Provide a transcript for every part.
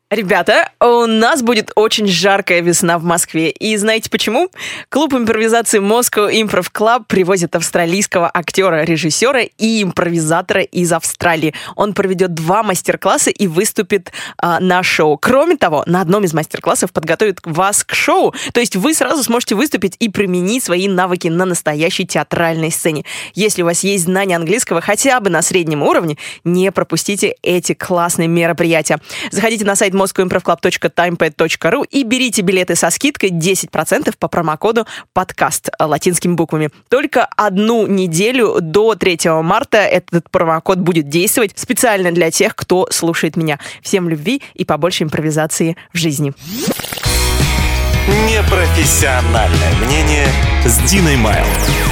Ребята, у нас будет очень жаркая весна в Москве. И знаете почему? Клуб импровизации Moscow Improv Club привозит австралийского актера, режиссера и импровизатора из Австралии. Он проведет 2 мастер-класса и выступит на шоу. Кроме того, на одном из мастер-классов подготовит вас к шоу. То есть вы сразу сможете выступить и применить свои навыки на настоящей театральной сцене. Если у вас есть знания английского хотя бы на среднем уровне, не пропустите эти классные мероприятия. Заходите на сайт moscowimprovclub.timepad.ru и берите билеты со скидкой 10% по промокоду подкаст латинскими буквами. Только 1 неделю до 3 марта этот промокод будет действовать специально для тех, кто слушает меня. Всем любви и побольше импровизации в жизни. Непрофессиональное мнение с Диной Майл.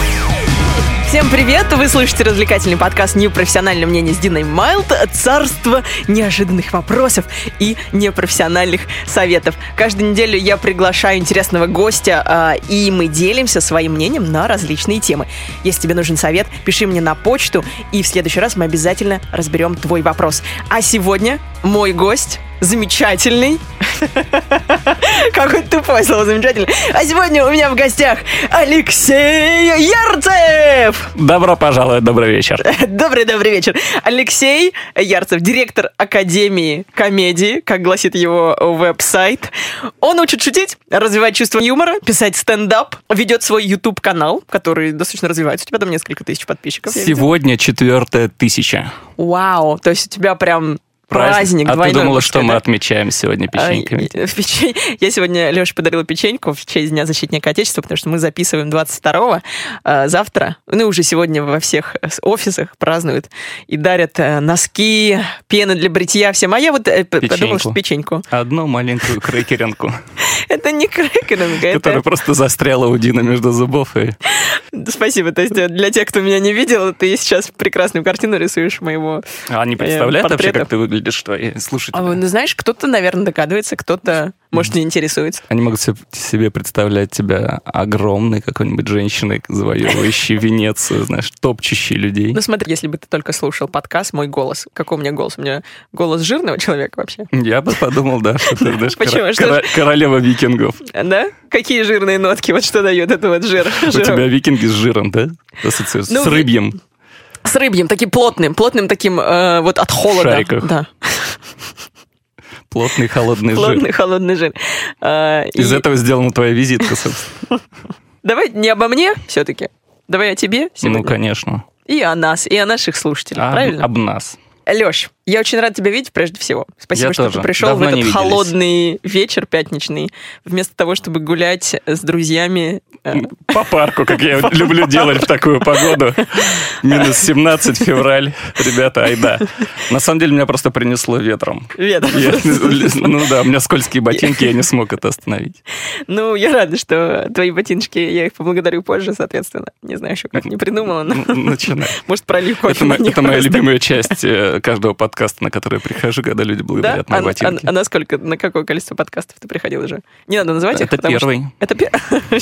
Всем привет! Вы слышите развлекательный подкаст «Непрофессиональное мнение» с Диной Майлд. Царство неожиданных вопросов и непрофессиональных советов. Каждую неделю я приглашаю интересного гостя, и мы делимся своим мнением на различные темы. Если тебе нужен совет, пиши мне на почту, и в следующий раз мы обязательно разберем твой вопрос. А сегодня мой гость замечательный. Какое тупое слово «замечательный». А сегодня у меня в гостях Алексей Ярцев. Добро пожаловать, добрый вечер. Добрый вечер. Алексей Ярцев, директор Академии комедии, как гласит его веб-сайт. Он учит шутить, развивать чувство юмора, писать стендап, ведет свой YouTube-канал, который достаточно развивается. У тебя там несколько тысяч подписчиков. Сегодня 4000. Вау, то есть у тебя прям... Праздник двойной. А ты думала, что мы отмечаем сегодня печеньками? Я сегодня Леше подарила печеньку в честь Дня защитника Отечества, потому что мы записываем 22-го. Завтра, уже сегодня во всех офисах празднуют и дарят носки, пены для бритья всем. А я подумала, что печеньку. Одну маленькую крекеринку. Это не крекеринка. Которая просто застряла у Дины между зубов. Спасибо. То есть для тех, кто меня не видел, ты сейчас прекрасную картину рисуешь моего портрета. А не представляют вообще, как ты выглядишь, твои слушатели? Знаешь, кто-то, наверное, догадывается, кто-то, может, не интересуется. Они могут себе представлять тебя огромной какой-нибудь женщиной, завоевывающей Венецию, знаешь, топчущей людей. Смотри, если бы ты только слушал подкаст, мой голос. Какой у меня голос? У меня голос жирного человека вообще. Я бы подумал, да, что ты, знаешь, королева викингов. Да? Какие жирные нотки? Вот что дает это жир? У тебя викинги с жиром, да? Ассоциируются с рыбьем. С рыбьим, таким плотным таким от холода. В шариках. Да. Плотный холодный жир. Плотный холодный жир. Из этого сделана твоя визитка, собственно. Давай не обо мне все-таки. Давай о тебе сегодня. Ну, конечно. И о нас, и о наших слушателях, правильно? Об нас. Лёш, я очень рад тебя видеть, прежде всего. Спасибо, что ты пришел в этот холодный вечер пятничный, вместо того, чтобы гулять с друзьями. По парку, как я люблю делать в такую погоду. Минус 17 февраль. Ребята, айда. На самом деле, меня просто принесло ветром. Ветром? Ну да, у меня скользкие ботинки, я не смог это остановить. Ну, я рада, что твои ботиночки, я их поблагодарю позже, соответственно. Не знаю еще, как не придумала, но... Начинай. Может, пролью кофе. Это моя любимая часть каждого подкаста, на который я прихожу, когда люди благодарят мои ботинки. На какое количество подкастов ты приходил уже? Не надо называть их, это первый. Это первый?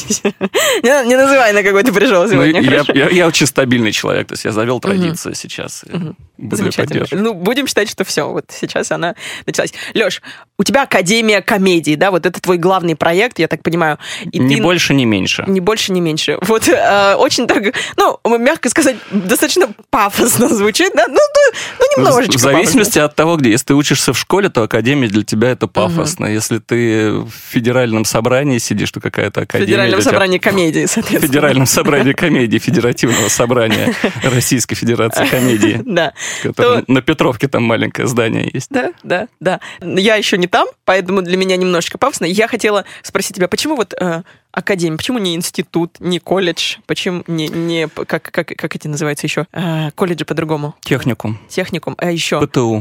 Не называй, на какой ты пришел сегодня. Я очень стабильный человек, то есть я завел традицию сейчас. Замечательно. Будем считать, что все, вот сейчас она началась. Леш, у тебя Академия комедии, да, вот это твой главный проект, я так понимаю. Ни больше, ни меньше. Ни больше, ни меньше. Вот очень так, мягко сказать, достаточно пафосно звучит, да? Немножечко. В зависимости от того, где. Если ты учишься в школе, то Академия для тебя это пафосно. Если ты в федеральном собрании сидишь, то какая-то Академия. В федеральном собрании комедии, соответственно. В федеральном собрании комедии, федеративного собрания Российской Федерации комедии. Да. На Петровке там маленькое здание есть. Да. Я еще не там, поэтому для меня немножечко пафосно. Я хотела спросить тебя, почему вот Академия, почему не институт, не колледж, почему не как эти называются еще? Колледжи по-другому. Техникум, а еще? ПТУ.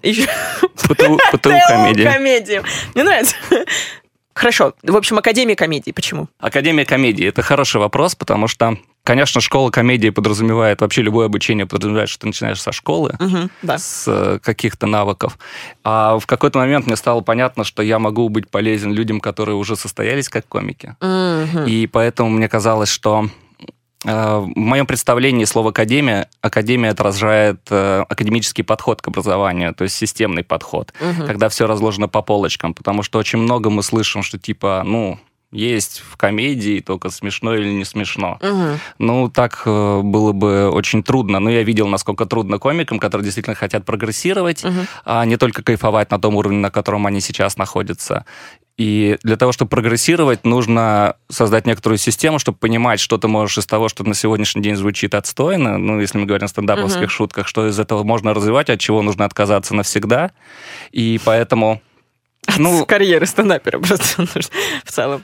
ПТУ комедия. Мне нравится. Хорошо. В общем, Академия комедии. Почему? Академия комедии. Это хороший вопрос, потому что, конечно, школа комедии подразумевает, вообще любое обучение подразумевает, что ты начинаешь со школы, да. с каких-то навыков. А в какой-то момент мне стало понятно, что я могу быть полезен людям, которые уже состоялись как комики. И поэтому мне казалось, что в моем представлении слово академия отражает академический подход к образованию, то есть системный подход, когда все разложено по полочкам, потому что очень много мы слышим, что типа, есть в комедии, только смешно или не смешно. Так было бы очень трудно. Но я видел, насколько трудно комикам, которые действительно хотят прогрессировать, а не только кайфовать на том уровне, на котором они сейчас находятся. И для того, чтобы прогрессировать, нужно создать некоторую систему, чтобы понимать, что ты можешь из того, что на сегодняшний день звучит отстойно, если мы говорим о стендаповских шутках, что из этого можно развивать, от чего нужно отказаться навсегда. И поэтому... От карьеры стендапера просто в целом.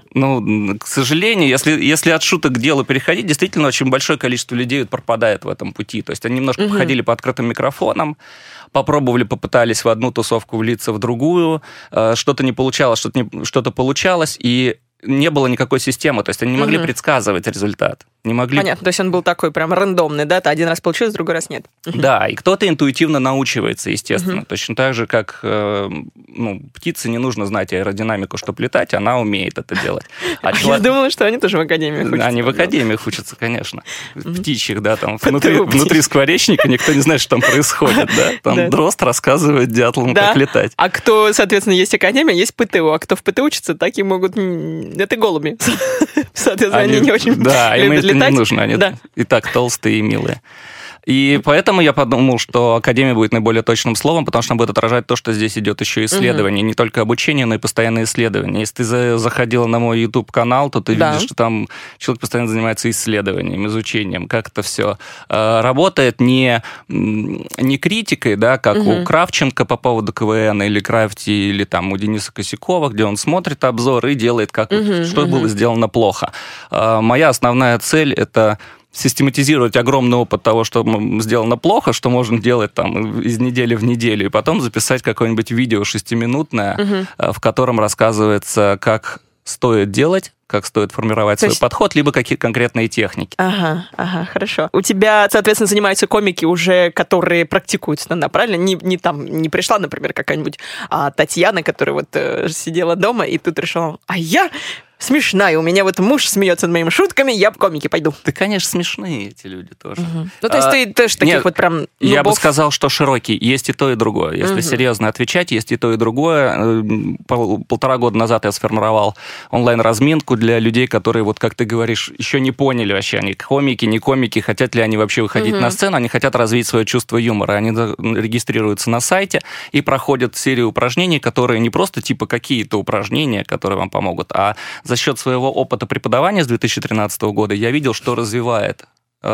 К сожалению, если от шуток к делу переходить, действительно очень большое количество людей пропадает в этом пути. То есть они немножко походили по открытым микрофонам, попытались в одну тусовку влиться в другую, что-то не получалось, что-то получалось, и не было никакой системы, то есть они не могли предсказывать результат. Не могли... Понятно, то есть он был такой прям рандомный, да? Один раз получилось, другой раз нет. Да, и кто-то интуитивно научивается, естественно. Точно так же, как птице не нужно знать аэродинамику, чтобы летать, она умеет это делать. Я думала, что они тоже в академиях учатся. Они в академиях учатся, конечно. Птичьих, да, там внутри скворечника никто не знает, что там происходит, да? Там дрозд рассказывает дятлам, как летать. А кто, соответственно, есть академия, есть ПТУ, а кто в ПТУ учится, так и могут... Это голуби. Соответственно, они не очень любят летать. Не нужно, они и так толстые и милые. И поэтому я подумал, что академия будет наиболее точным словом, потому что она будет отражать то, что здесь идет еще исследование. Не только обучение, но и постоянные исследования. Если ты заходила на мой YouTube-канал, то ты видишь, что там человек постоянно занимается исследованием, изучением, как это все работает, не критикой, да, как у Кравченко по поводу КВН, или Крафти, или там у Дениса Косякова, где он смотрит обзор и делает, что было сделано плохо. Моя основная цель — это систематизировать огромный опыт того, что сделано плохо, что можно делать там из недели в неделю, и потом записать какое-нибудь видео 6-минутное, в котором рассказывается, как стоит делать, как стоит формировать свой подход, либо какие конкретные техники. Ага, хорошо. У тебя, соответственно, занимаются комики уже, которые практикуют стендап, правильно? Не пришла, например, какая-нибудь Татьяна, которая вот сидела дома, и тут решила, я смешная, у меня вот муж смеется над моими шутками, я в комики пойду. Да, конечно, смешные эти люди тоже. То есть ты тоже таких вот прям... Я бы сказал, что широкий. Есть и то, и другое. Если серьезно отвечать, есть и то, и другое. 1,5 года назад я сформировал онлайн-разминку для людей, которые, вот как ты говоришь, еще не поняли вообще, они комики, не комики, хотят ли они вообще выходить на сцену, они хотят развить свое чувство юмора. Они регистрируются на сайте и проходят серию упражнений, которые не просто типа какие-то упражнения, которые вам помогут, а за счет своего опыта преподавания с 2013 года я видел, что развивает.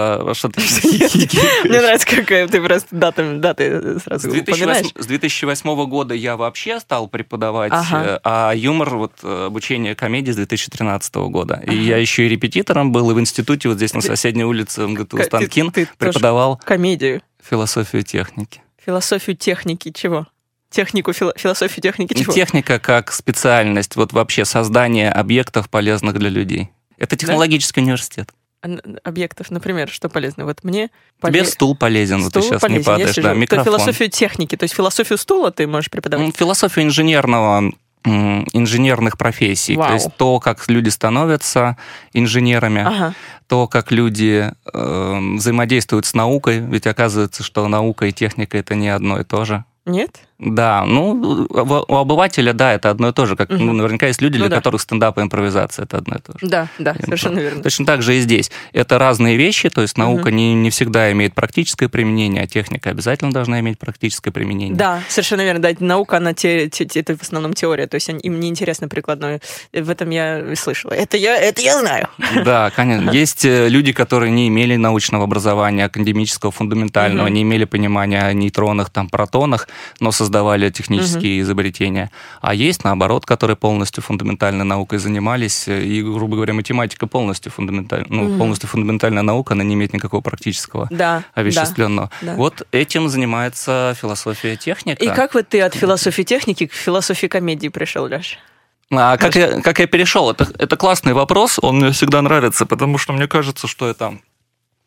Мне нравится, как ты просто даты сразу упоминаешь. С 2008 года я вообще стал преподавать, а юмор, обучение комедии с 2013 года. И я еще и репетитором был, и в институте вот здесь на соседней улице МГТУ Станкин преподавал комедию. Философию техники. Философию техники чего? Философию техники чего? Техника как специальность, вот вообще создание объектов, полезных для людей. Это технологический университет. Объектов, например, что полезно? Вот мне... Тебе стул полезен, вот ты сейчас не падаешь, да, микрофон. То философию техники, то есть философию стула ты можешь преподавать? Философию инженерных профессий. Вау. То есть то, как люди становятся инженерами, то, как люди взаимодействуют с наукой, ведь оказывается, что наука и техника — это не одно и то же. Нет? Да, у обывателя, да, это одно и то же. Как, наверняка есть люди, для которых стендап и импровизация — это одно и то же. Да, совершенно верно. Точно так же и здесь. Это разные вещи, то есть наука не всегда имеет практическое применение, а техника обязательно должна иметь практическое применение. Да, совершенно верно. Да, наука, она это в основном теория, то есть им не интересно прикладное. В этом я слышала. Это я знаю. Да, конечно. Есть люди, которые не имели научного образования, академического, фундаментального, не имели понимания о нейтронах, протонах, но создавали технические изобретения. А есть, наоборот, которые полностью фундаментальной наукой занимались, и, грубо говоря, математика полностью фундаментальная наука, она не имеет никакого практического овеществленного. Да. Вот этим занимается философия техника. И как вот ты от философии техники к философии комедии пришел, Леш? Как я перешел? Это классный вопрос, он мне всегда нравится, потому что мне кажется, что это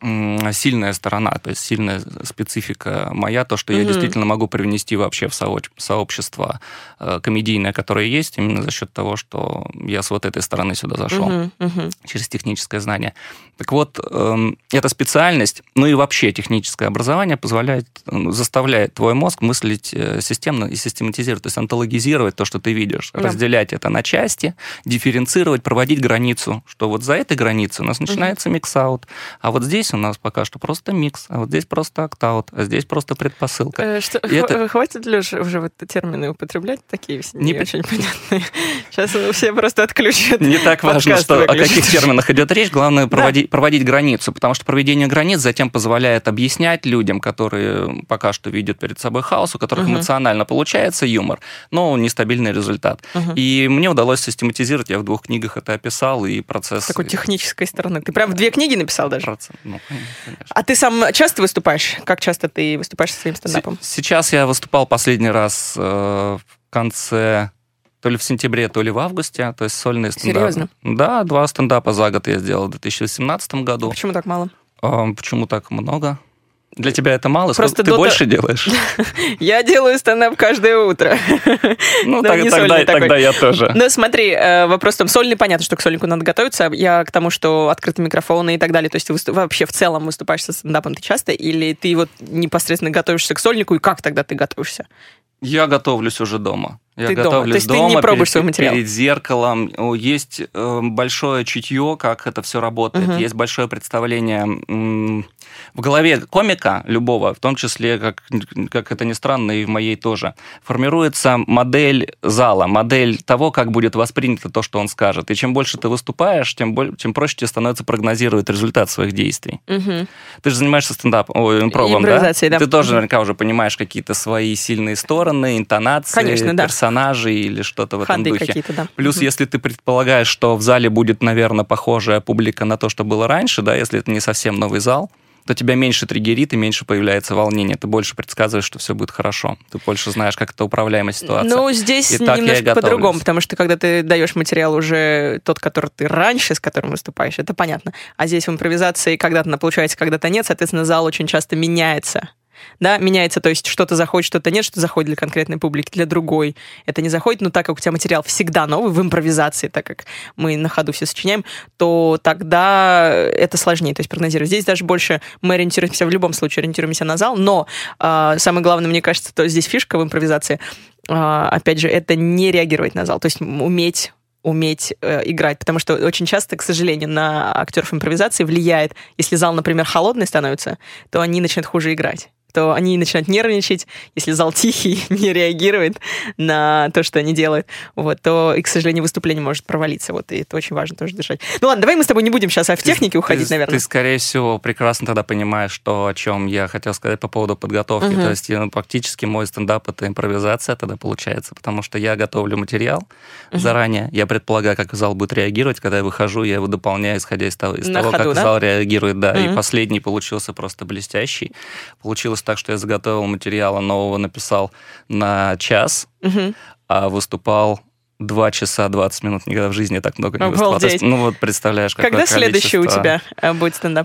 сильная сторона, то есть сильная специфика моя, то, что я действительно могу привнести вообще в сообщество комедийное, которое есть, именно за счет того, что я с вот этой стороны сюда зашел, через техническое знание. Так вот, эта специальность, ну и вообще техническое образование заставляет твой мозг мыслить системно и систематизировать, то есть онтологизировать то, что ты видишь, разделять это на части, дифференцировать, проводить границу, что вот за этой границей у нас начинается микс-аут, а вот здесь у нас пока что просто микс, а вот здесь просто акт-аут, а здесь просто предпосылка. Хватит ли уже вот термины употреблять такие не очень понятные? Сейчас все просто отключат. Не так важно, о каких терминах идет речь, главное проводить границу, потому что проведение границ затем позволяет объяснять людям, которые пока что видят перед собой хаос, у которых эмоционально получается юмор, но нестабильный результат. И мне удалось систематизировать, я в 2 книгах это описал, и процесс... С такой технической стороны. Ты прям в 2 книги написал даже? Конечно. А ты сам часто выступаешь? Как часто ты выступаешь со своим стендапом? Сейчас я выступал последний раз в конце... То ли в сентябре, то ли в августе, то есть сольные стендапы. Серьезно? Да, 2 стендапа за год я сделал в 2018 году. Почему так мало? Почему так много? Для тебя это мало? Просто ты больше делаешь? Я делаю стендап каждое утро. Ну, тогда я тоже. Ну, смотри, вопрос в том, сольный, понятно, что к сольнику надо готовиться. Я к тому, что открытые микрофоны и так далее. То есть ты вообще в целом выступаешь со стендапом ты часто? Или ты вот непосредственно готовишься к сольнику, и как тогда ты готовишься? Я готовлюсь уже дома. Я готовлюсь дома. То есть дома, ты не пробуешь свой материал? Перед зеркалом. Есть большое чутье, как это все работает. Есть большое представление в голове комика любого, в том числе, как это ни странно, и в моей тоже, формируется модель зала, модель того, как будет воспринято то, что он скажет. И чем больше ты выступаешь, тем проще тебе становится прогнозировать результат своих действий. Ты же занимаешься импровом, да? Ты тоже наверняка уже понимаешь какие-то свои сильные стороны, интонации, конечно, персонажей или что-то в этом духе. Да. Плюс, если ты предполагаешь, что в зале будет, наверное, похожая публика на то, что было раньше, да, если это не совсем новый зал, то тебя меньше триггерит и меньше появляется волнение. Ты больше предсказываешь, что все будет хорошо. Ты больше знаешь, как это управляемая ситуация. Ну, здесь немножко по-другому, потому что когда ты даешь материал уже тот, который ты раньше, с которым выступаешь, это понятно. А здесь в импровизации когда-то она получается, когда-то нет, соответственно, зал очень часто меняется. Да, меняется, то есть что-то заходит, что-то нет, что заходит для конкретной публики, для другой. Это не заходит, но так как у тебя материал всегда новый в импровизации, так как мы на ходу все сочиняем, то тогда это сложнее, то есть прогнозировать. Здесь даже больше мы ориентируемся, в любом случае ориентируемся на зал, но самое главное, мне кажется, то здесь фишка в импровизации, опять же, это не реагировать на зал, то есть уметь играть, потому что очень часто, к сожалению, на актеров импровизации влияет, если зал, например, холодный становится, то они начинают хуже играть. То они начинают нервничать, если зал тихий, не реагирует на то, что они делают, вот, то, и, к сожалению, выступление может провалиться, вот, и это очень важно тоже держать. Ну ладно, давай мы с тобой не будем сейчас в технике уходить, наверное. Ты, скорее всего, прекрасно тогда понимаешь то, о чем я хотел сказать по поводу подготовки, то есть практически мой стендап — это импровизация тогда получается, потому что я готовлю материал заранее, я предполагаю, как зал будет реагировать, когда я выхожу, я его дополняю, исходя из того, как зал реагирует, да, и последний получился просто блестящий. Получилось так, что я заготовил материала нового, написал на час, а выступал 2 часа 20 минут. Никогда в жизни так много не выступал. Есть, ну вот представляешь, какое количество. Когда следующий у тебя будет стендап?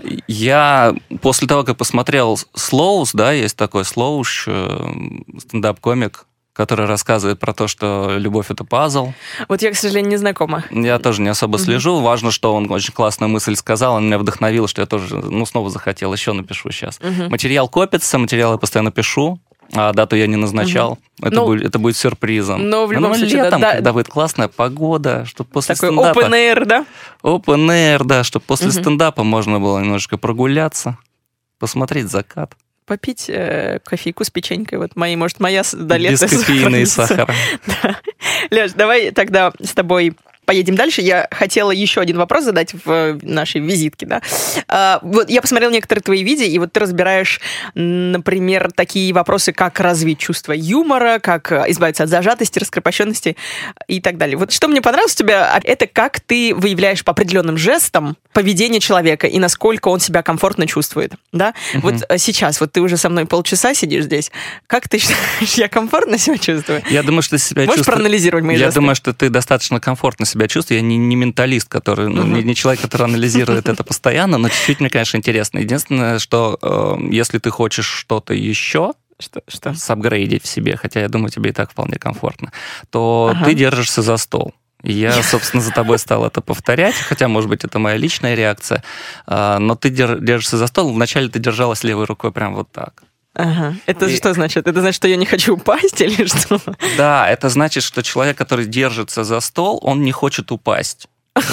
Я после того, как посмотрел Слоус, да, есть такой Слоуш, стендап-комик, который рассказывает про то, что любовь — это пазл. Вот я, к сожалению, не знакома. Я тоже не особо слежу. Важно, что он очень классную мысль сказал, он меня вдохновил, что я тоже, снова захотел, еще напишу сейчас. Материал копится, материал я постоянно пишу, а дату я не назначал. Это будет сюрпризом. Но в любом случае, летом, когда будет классная погода, чтобы после такой стендапа... Open air, да? Open air, да, чтобы после стендапа можно было немножко прогуляться, посмотреть закат. Попить кофейку с печенькой. Вот моя до лета. Без кофеина и сахара. Да. Леш, давай тогда с тобой поедем дальше. Я хотела еще один вопрос задать в нашей визитке. Да? Вот я посмотрела некоторые твои видео, и вот ты разбираешь, например, такие вопросы, как развить чувство юмора, как избавиться от зажатости, раскрепощенности и так далее. Вот что мне понравилось у тебя, это как ты выявляешь по определенным жестам поведение человека и насколько он себя комфортно чувствует. Да? Вот сейчас, вот ты уже со мной полчаса сидишь здесь. Как ты считаешь, я комфортно себя чувствую? Я думаю, что себя Можешь проанализировать мои жесты? Я думаю, что ты достаточно комфортно себя себя чувствую. Я не менталист, который, не человек, который анализирует это постоянно, но чуть-чуть мне, конечно, интересно. Единственное, что если ты хочешь что-то еще, Что? сапгрейдить в себе, хотя я думаю, тебе и так вполне комфортно, то ты держишься за стол. И я, собственно, за тобой стал это повторять, хотя, может быть, это моя личная реакция, но ты держишься за стол, вначале ты держалась левой рукой прям вот так. Ага. Это что значит? Это значит, что я не хочу упасть или что? Да, это значит, что человек, который держится за стол, он не хочет упасть.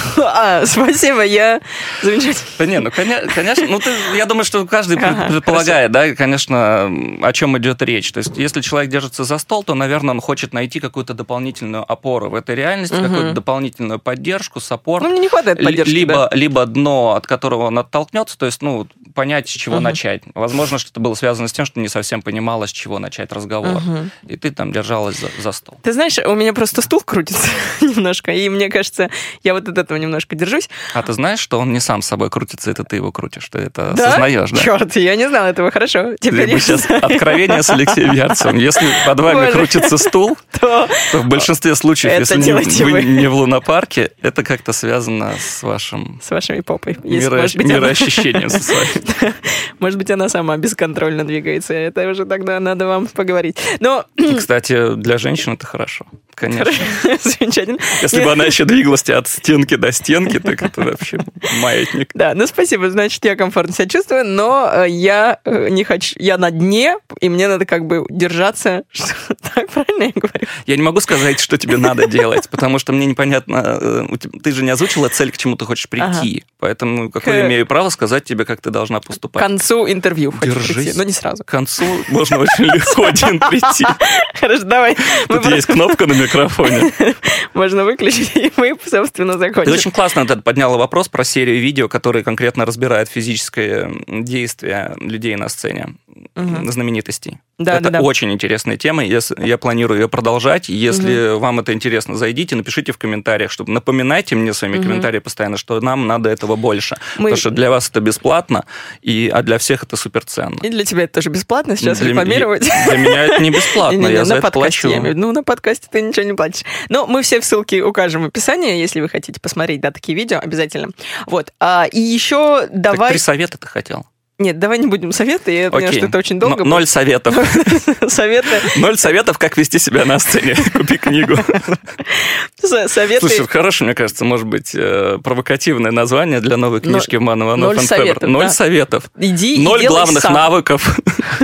Спасибо, я замечательно. Да не, конечно, я думаю, что каждый предполагает, да, конечно, о чем идет речь. То есть, если человек держится за стол, то, наверное, он хочет найти какую-то дополнительную опору в этой реальности, какую-то дополнительную поддержку, саппорт. Мне не хватает поддержки, либо дно, от которого он оттолкнется, то есть, понять, с чего начать. Возможно, что это было связано с тем, что не совсем понимала, с чего начать разговор. И ты там держалась за стол. Ты знаешь, у меня просто стул крутится немножко, и мне кажется, я вот от этого немножко держусь. А ты знаешь, что он не сам с собой крутится, это ты его крутишь, ты это осознаешь, да? Черт, я не знала этого, хорошо. Теперь я сейчас откровение с Алексеем Ярцевым. Если под вами крутится стул, то в большинстве случаев, если вы не в лунопарке, это как-то связано с вашим... С вашей попой. Мироощущением со своим. Может быть, она сама бесконтрольно двигается. Это уже тогда надо вам поговорить. Но... И, кстати, для женщин это хорошо. Конечно. Замечательно. Если бы она еще двигалась от стенки до стенки, так это вообще маятник. Да, спасибо, значит, я комфортно себя чувствую, но я не хочу, я на дне, и мне надо как бы держаться. Так правильно я говорю? Я не могу сказать, что тебе надо делать, потому что мне непонятно, ты же не озвучила цель, к чему ты хочешь прийти, поэтому какое я имею право сказать тебе, как ты должна поступать. К концу интервью хочешь прийти, но не сразу. К концу можно очень легко один прийти. Хорошо, давай. Тут есть кнопка на микрофоне. Можно выключить, и мы, собственно, закончим. Ты очень классно подняла вопрос про серию видео, которые конкретно разбирают физическое действие людей на сцене, знаменитостей. Это очень интересная тема, я планирую ее продолжать. Если вам это интересно, зайдите, напишите в комментариях, чтобы напоминайте мне своими комментариями постоянно, что нам надо этого больше. Потому что для вас это бесплатно, а для всех это суперценно. И для тебя это тоже бесплатно сейчас рекламировать? Для меня это не бесплатно, я за это плачу. На подкасте ты ничего не платишь. Но мы все ссылки укажем в описании, если вы хотите посмотреть, такие видео, обязательно. Вот. И еще давай... Так 3 совета ты хотел? Нет, давай не будем советы, я понимаю, что это очень долго. 0 советов. Советы. 0 советов, как вести себя на сцене. Купи книгу. Советы. Слушай, хорошее, мне кажется, может быть, провокативное название для новой книжки Иванова. 0 советов. 0 советов. Иди 0 и главных сам. навыков.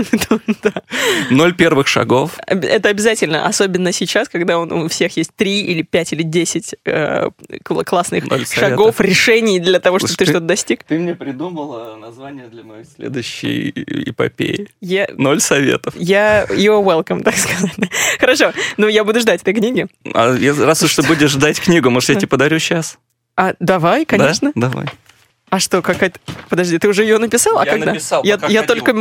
0 первых шагов. Это обязательно, особенно сейчас, когда у всех есть 3 или 5 или 10 классных шагов, решений для того, чтобы ты что-то достиг. Ты мне придумала название для моей следующей эпопеи. 0 советов. You're welcome, так сказать. Хорошо, я буду ждать этой книги. Раз уж ты будешь ждать книгу, может, я тебе подарю сейчас? Давай, конечно. Да? Давай. А что, какая-то... Подожди, ты уже ее написал? Я написал, я только...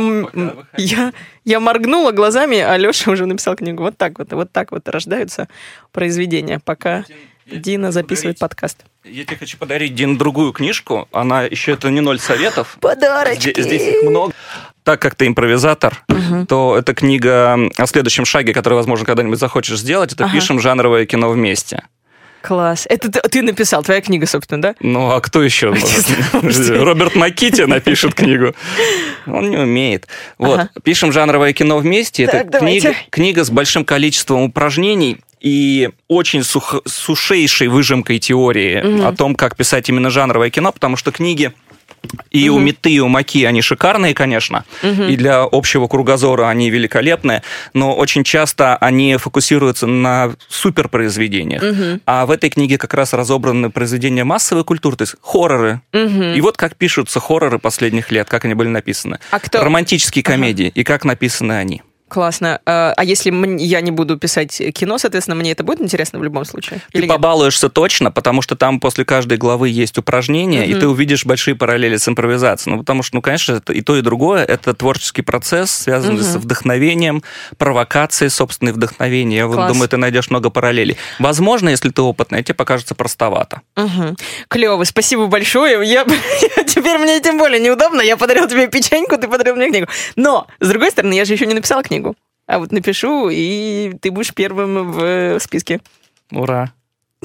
Я моргнула глазами, а Леша уже написал книгу. Вот так вот рождаются произведения, пока Дина записывает подкаст. Я тебе хочу подарить, Дин, другую книжку. Она еще это не 0 советов. Подарочки! Здесь их много. Так как ты импровизатор, то эта книга о следующем шаге, который, возможно, когда-нибудь захочешь сделать, это «Пишем жанровое кино вместе». Класс. Это ты написал, твоя книга, собственно, да? Ну, а кто еще? Роберт Маккити напишет книгу. Он не умеет. Вот. «Пишем жанровое кино вместе». Это книга с большим количеством упражнений и очень сушейшей выжимкой теории о том, как писать именно жанровое кино, потому что книги и у Меты, и у Маки они шикарные, конечно, и для общего кругозора они великолепные, но очень часто они фокусируются на суперпроизведениях. А в этой книге как раз разобраны произведения массовой культуры, то есть хорроры. И вот как пишутся хорроры последних лет, как они были написаны. Романтические комедии, и как написаны они. Классно. А если я не буду писать кино, соответственно, мне это будет интересно в любом случае? Ты побалуешься точно, потому что там после каждой главы есть упражнения, и ты увидишь большие параллели с импровизацией. Потому что, конечно, это и то, и другое. Это творческий процесс, связанный с вдохновением, провокацией, собственной вдохновения. Я думаю, ты найдешь много параллелей. Возможно, если ты опытный, тебе покажется простовато. Клево, спасибо большое. Теперь мне тем более неудобно. Я подарил тебе печеньку, ты подарил мне книгу. Но, с другой стороны, я же еще не написала книгу. А вот напишу, и ты будешь первым в списке. Ура!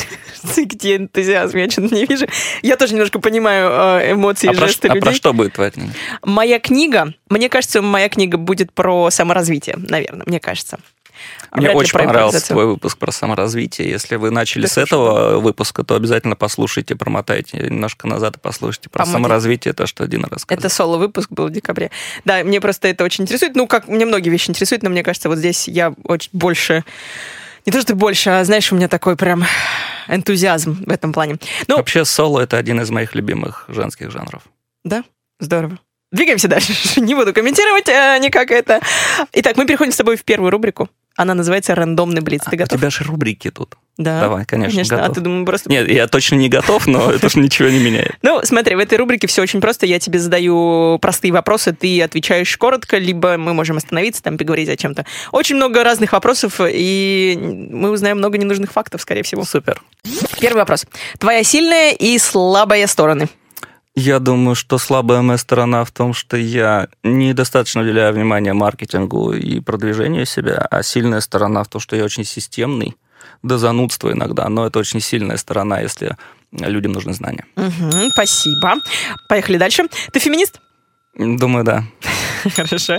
Где энтузиазм? Я что-то не вижу. Я тоже немножко понимаю эмоции и жесты людей. А про что будет твоя книга? Моя книга будет про саморазвитие, наверное, мне кажется. Мне очень понравился твой выпуск про саморазвитие. Если вы начали с этого выпуска, то обязательно послушайте, промотайте немножко назад и послушайте про саморазвитие, то, что Дина рассказала. Это соло-выпуск был в декабре. Да, мне просто это очень интересует. Ну, как мне многие вещи интересуют, но мне кажется, вот здесь я очень больше... Не то, что больше, а, знаешь, у меня такой прям энтузиазм в этом плане. Ну, вообще, соло — это один из моих любимых женских жанров. Да? Здорово. Двигаемся дальше. Не буду комментировать никак это. Итак, мы переходим с тобой в первую рубрику. Она называется «Рандомный блиц». Ты готов? У тебя же рубрики тут. Да. Давай, конечно, готов. А ты думаешь, просто... Нет, я точно не готов, но это же ничего не меняет. Ну, смотри, в этой рубрике все очень просто. Я тебе задаю простые вопросы, ты отвечаешь коротко, либо мы можем остановиться, там, поговорить о чем-то. Очень много разных вопросов, и мы узнаем много ненужных фактов, скорее всего. Супер. Первый вопрос. Твоя сильная и слабая стороны? Я думаю, что слабая моя сторона в том, что я недостаточно уделяю внимания маркетингу и продвижению себя, а сильная сторона в том, что я очень системный, до занудства иногда, но это очень сильная сторона, если людям нужны знания. Угу, спасибо. Поехали дальше. Ты феминист? Думаю, да. Хорошо.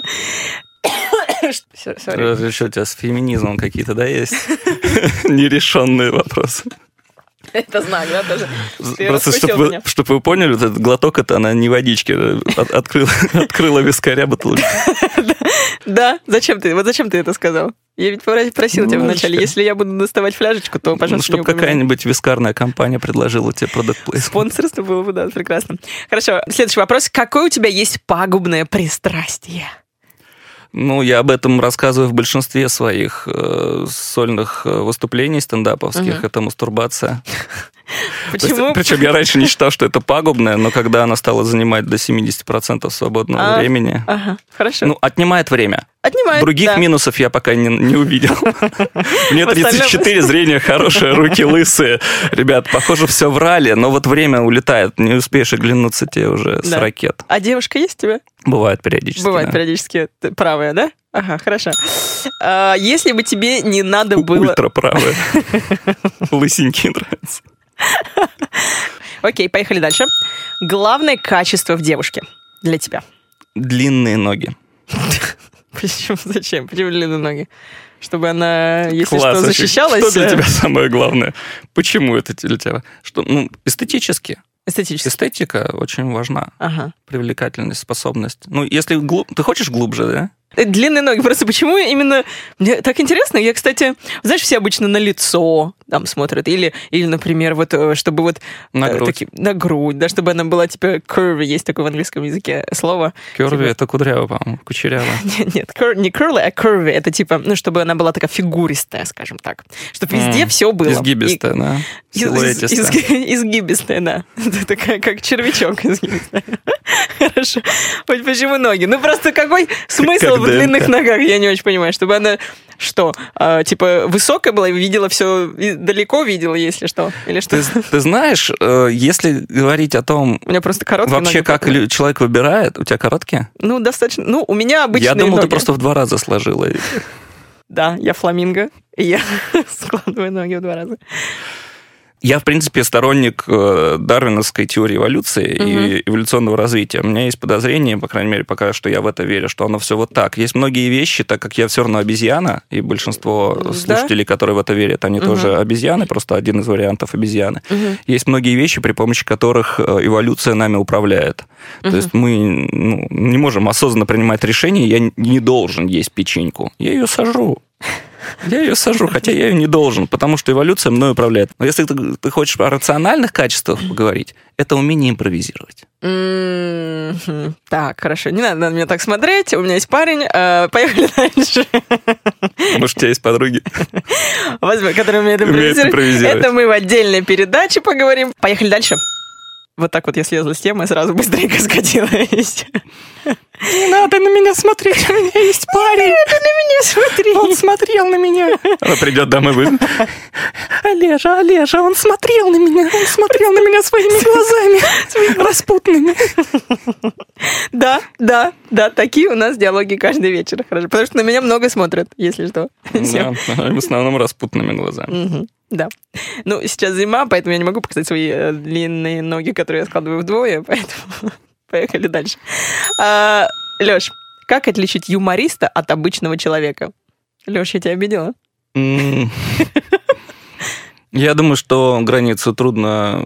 Разве что у тебя с феминизмом какие-то, да, есть нерешенные вопросы? Это знак, да, тоже? Просто, чтобы вы поняли, вот этот глоток, это она не водички, открыла вискаря бутылку. Да, зачем ты это сказал? Я ведь просил тебя вначале, если я буду доставать фляжечку, то, пожалуйста, чтобы какая-нибудь вискарная компания предложила тебе продукт плейсмент. Спонсорство было бы, да, прекрасно. Хорошо, следующий вопрос. Какое у тебя есть пагубное пристрастие? Ну, я об этом рассказываю в большинстве своих сольных выступлений стендаповских. Это мастурбация. Почему? Причем я раньше не считал, что это пагубное, но когда она стала занимать до 70% свободного времени... Ага, хорошо. Ну, отнимает время. Отнимает, других минусов я пока не увидел. Мне 34, зрение хорошее, руки лысые. Ребят, похоже, все врали, но вот время улетает. Не успеешь оглянуться тебе уже с ракет. А девушка есть у тебя? Бывает периодически. Бывает периодически. Правая, да? Ага, хорошо. Если бы тебе не надо было... Ультраправая. Лысенькие нравятся. Окей, поехали дальше. Главное качество в девушке для тебя? Длинные ноги. Почему? Зачем? Почему длинные ноги? Чтобы она, если что, защищалась? Что для тебя самое главное? Почему это для тебя? Что, эстетически. Эстетика очень важна. Ага. Привлекательность, способность. Ну, если ты хочешь глубже, да? Длинные ноги. Просто почему именно... Мне так интересно. Я, кстати... Знаешь, все обычно на лицо там смотрят. Или например, вот, чтобы вот... На грудь. На грудь, да, чтобы она была, типа, curvy. Есть такое в английском языке слово. Curvy, типа... это кудряво, по-моему. Кучеряво. Нет, не curly, а curvy. Это типа, чтобы она была такая фигуристая, скажем так. Чтобы везде все было. Изгибистая, да. Силуэтистая. Изгибистая, да. Такая, как червячок изгибистая. Хорошо. Вот почему ноги? Ну, просто какой смысл в длинных ногах? Я не очень понимаю. Чтобы она, что, типа, высокая была и видела все, далеко видела, если что? Или что? Ты знаешь, если говорить о том... У меня просто короткие вообще, как человек выбирает, у тебя короткие? Ну, достаточно. Ну, у меня обычные ноги. Я думал, ты просто в 2 раза сложила. Да, я фламинго, и я складываю ноги в 2 раза. Я, в принципе, сторонник дарвиновской теории эволюции и эволюционного развития. У меня есть подозрение, по крайней мере, пока что я в это верю, что оно все вот так. Есть многие вещи, так как я все равно обезьяна, и большинство слушателей, которые в это верят, они тоже обезьяны, просто один из вариантов обезьяны. Есть многие вещи, при помощи которых эволюция нами управляет. То есть мы не можем осознанно принимать решения, я не должен есть печеньку. Я ее сожру. Я ее сажу, хотя я ее не должен, потому что эволюция мной управляет. Но если ты хочешь о рациональных качествах поговорить, это умение импровизировать. Так, хорошо. Не надо на меня так смотреть. У меня есть парень. Поехали дальше. Может, у тебя есть подруги? Возьми, которые умеют импровизировать. Это мы в отдельной передаче поговорим. Поехали дальше. Вот так вот я слезла с темы, сразу быстренько скатилась. Не надо на меня смотреть, у меня есть парень. Не надо на меня смотреть. Он смотрел на меня. Она придет домой и будет... Олежа, он смотрел на меня своими глазами, распутными. Да, такие у нас диалоги каждый вечер. Хорошо, потому что на меня много смотрят, если что. Да, в основном распутными глазами. Да. Ну, сейчас зима, поэтому я не могу показать свои длинные ноги, которые я складываю вдвое, поэтому поехали дальше. Лёш, как отличить юмориста от обычного человека? Лёш, я тебя обидела? Я думаю, что границу трудно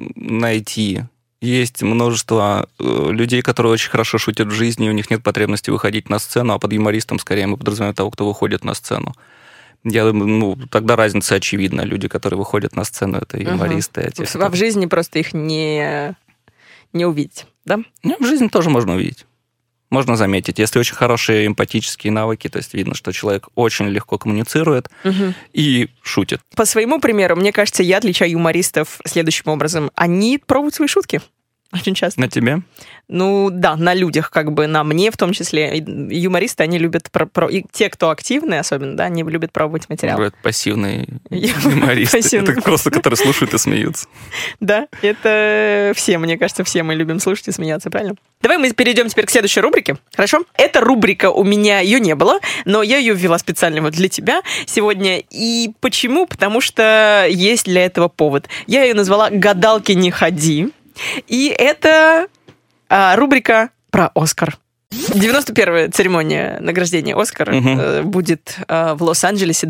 найти. Есть множество людей, которые очень хорошо шутят в жизни, и у них нет потребности выходить на сцену, а под юмористом скорее мы подразумеваем того, кто выходит на сцену. Я думаю, тогда разница очевидна. Люди, которые выходят на сцену, это юмористы. А в жизни просто их не увидеть, да? Ну, в жизни тоже можно увидеть. Можно заметить. Если очень хорошие эмпатические навыки, то есть видно, что человек очень легко коммуницирует и шутит. По своему примеру, мне кажется, я отличаю юмористов следующим образом. Они пробуют свои шутки. Очень часто. На тебе? Ну, да, на людях, как бы, на мне в том числе. Юмористы, они любят... И те, кто активные особенно, да, они любят пробовать материал. Это пассивные юмористы. Это просто, которые слушают и смеются. Да, это все, мне кажется, все мы любим слушать и смеяться, правильно? Давай мы перейдем теперь к следующей рубрике, хорошо? Эта рубрика у меня, ее не было, но я ее ввела специально вот для тебя сегодня. И почему? Потому что есть для этого повод. Я ее назвала «Гадалки не ходи». И это рубрика про «Оскар». 91-я церемония награждения «Оскара» будет в Лос-Анджелесе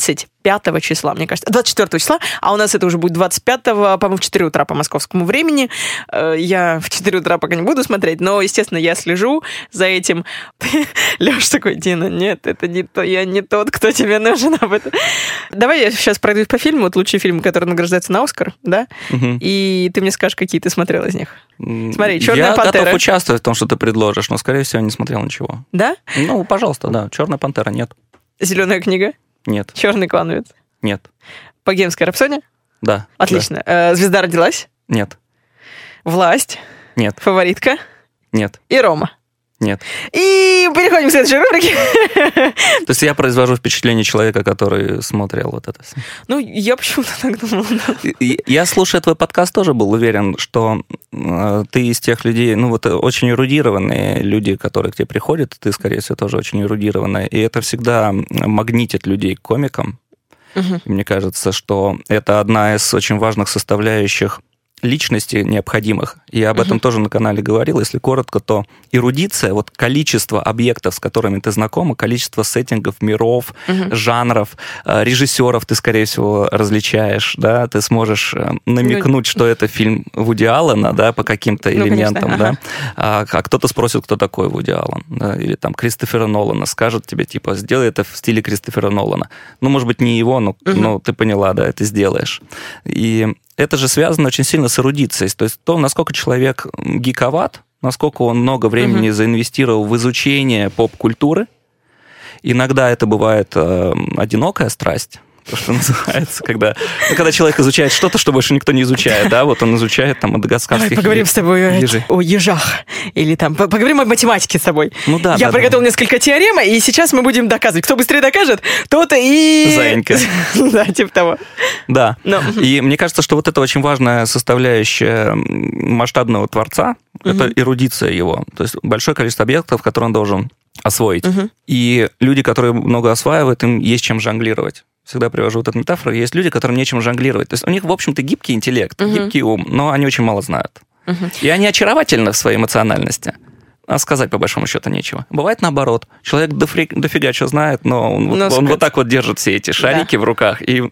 25 числа, мне кажется, 24 числа, а у нас это уже будет 25-го, по-моему, в 4 утра по московскому времени. Я в 4 утра пока не буду смотреть, но, естественно, я слежу за этим. Лёш такой: Дина, нет, это не то, я не тот, кто тебе нужен об этом. Давай я сейчас пройдусь по фильму, вот лучшие фильмы, которые награждаются на «Оскар», да? И ты мне скажешь, какие ты смотрел из них. Смотри, «Черная пантера». Я готов участвовать в том, что ты предложишь, но, скорее всего, не смотрел ничего. Да? Ну, пожалуйста, да. «Черная пантера» нет. «Зеленая книга»? Нет. «Черный клановец»? Нет. «Богемская рапсодия»? Да. Отлично. Да. «Звезда родилась»? Нет. «Власть»? Нет. «Фаворитка»? Нет. И «Рома»? Нет. И переходим к следующей рубрике. То есть я произвожу впечатление человека, который смотрел вот это все. Ну, я почему-то так думала. Я, слушая твой подкаст, тоже был уверен, что ты из тех людей, ну вот очень эрудированные люди, которые к тебе приходят, ты, скорее всего, тоже очень эрудированная, и это всегда магнитит людей к комикам. Мне кажется, что это одна из очень важных составляющих личности необходимых. Я об этом тоже на канале говорил. Если коротко, то эрудиция, вот количество объектов, с которыми ты знакома, количество сеттингов, миров, жанров, режиссеров ты, скорее всего, различаешь, да, ты сможешь намекнуть, что это фильм Вуди Аллена, да, по каким-то элементам, конечно, да, а кто-то спросит, кто такой Вуди Аллен, да, или там Кристофера Нолана, скажет тебе, типа, сделай это в стиле Кристофера Нолана. Ну, может быть, не его, но ты поняла, да, это сделаешь. И это же связано очень сильно с эрудицией. То есть то, насколько человек гиковат, насколько он много времени заинвестировал в изучение поп-культуры. Иногда это бывает одинокая страсть, то, что называется, когда человек изучает что-то, что больше никто не изучает, да, вот он изучает там мадагаскарских ежей. Поговорим с тобой о ежах, или там поговорим о математике с тобой. Ну да. Я приготовил несколько теорем, и сейчас мы будем доказывать. Кто быстрее докажет, тот и... Заинька. Да, типа того. Да. И мне кажется, что вот это очень важная составляющая масштабного творца, это эрудиция его. То есть большое количество объектов, которые он должен освоить. И люди, которые много осваивают, им есть чем жонглировать. Всегда привожу вот эту метафору. Есть люди, которым нечем жонглировать. То есть у них, в общем-то, гибкий интеллект, гибкий ум, но они очень мало знают. И они очаровательны в своей эмоциональности. А сказать, по большому счету, нечего. Бывает наоборот. Человек дофига что знает, но он вот так вот держит все эти шарики в руках. И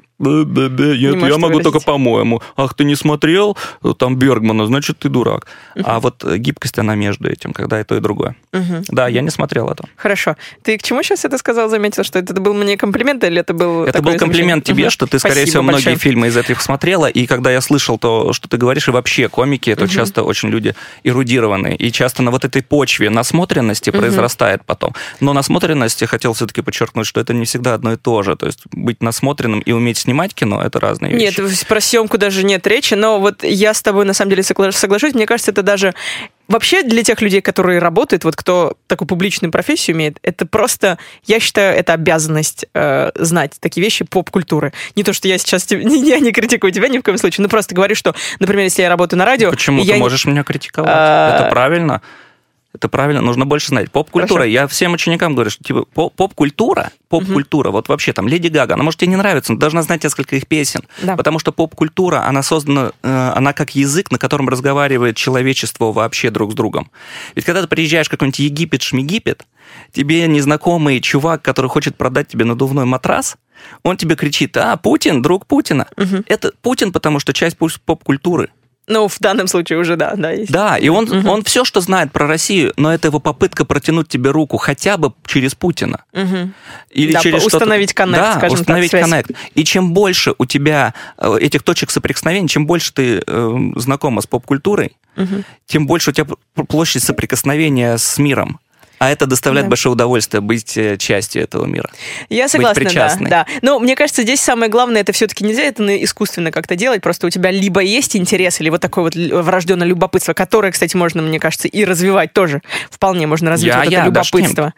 я могу только по-моему. Ах, ты не смотрел там Бергмана, значит, ты дурак. А вот гибкость, она между этим, когда и то, и другое. Да, я не смотрел это. Хорошо. Ты к чему сейчас это сказал, заметил? Что это был мне комплимент или это был... Это был комплимент тебе, что ты, скорее всего, многие фильмы из этих смотрела. И когда я слышал то, что ты говоришь, и вообще комики, это часто очень люди эрудированные. И часто на вот этой почве насмотренности произрастает потом. Но насмотренность, я хотел все-таки подчеркнуть, что это не всегда одно и то же. То есть быть насмотренным и уметь снимать кино — это разные вещи. Нет, про съемку даже нет речи, но вот я с тобой на самом деле соглашусь. Мне кажется, это даже вообще для тех людей, которые работают, вот кто такую публичную профессию имеет, это просто, я считаю, это обязанность знать такие вещи поп-культуры. Не то, что я сейчас я не критикую тебя ни в коем случае, но просто говорю, что, например, если я работаю на радио... Почему ты можешь меня критиковать? Это правильно. Это правильно, нужно больше знать. Поп-культура, Хорошо. я всем ученикам говорю, что типа поп-культура, вот вообще там Леди Гага, она может тебе не нравится, но должна знать несколько их песен, Да. потому что поп-культура, она создана, она как язык, на котором разговаривает человечество вообще друг с другом. Ведь когда ты приезжаешь в какой-нибудь Египет-шмегипет, тебе незнакомый чувак, который хочет продать тебе надувной матрас, он тебе кричит: Путин, друг Путина. Это Путин, потому что часть поп-культуры. Ну, в данном случае уже, да, есть. Да, и он все, что знает про Россию, но это его попытка протянуть тебе руку хотя бы через Путина. Или Да, через установить коннект, да, скажем так, установить связь. коннект. И чем больше у тебя этих точек соприкосновения, чем больше ты знакома с поп-культурой, тем больше у тебя площадь соприкосновения с миром. А это доставляет большое удовольствие быть частью этого мира. Я согласна, быть причастной. да. Но мне кажется, здесь самое главное, это все-таки нельзя это искусственно как-то делать, просто у тебя либо есть интерес, или вот такое вот врожденное любопытство, которое, кстати, можно, мне кажется, и развивать тоже. Вполне можно развить вот это любопытство.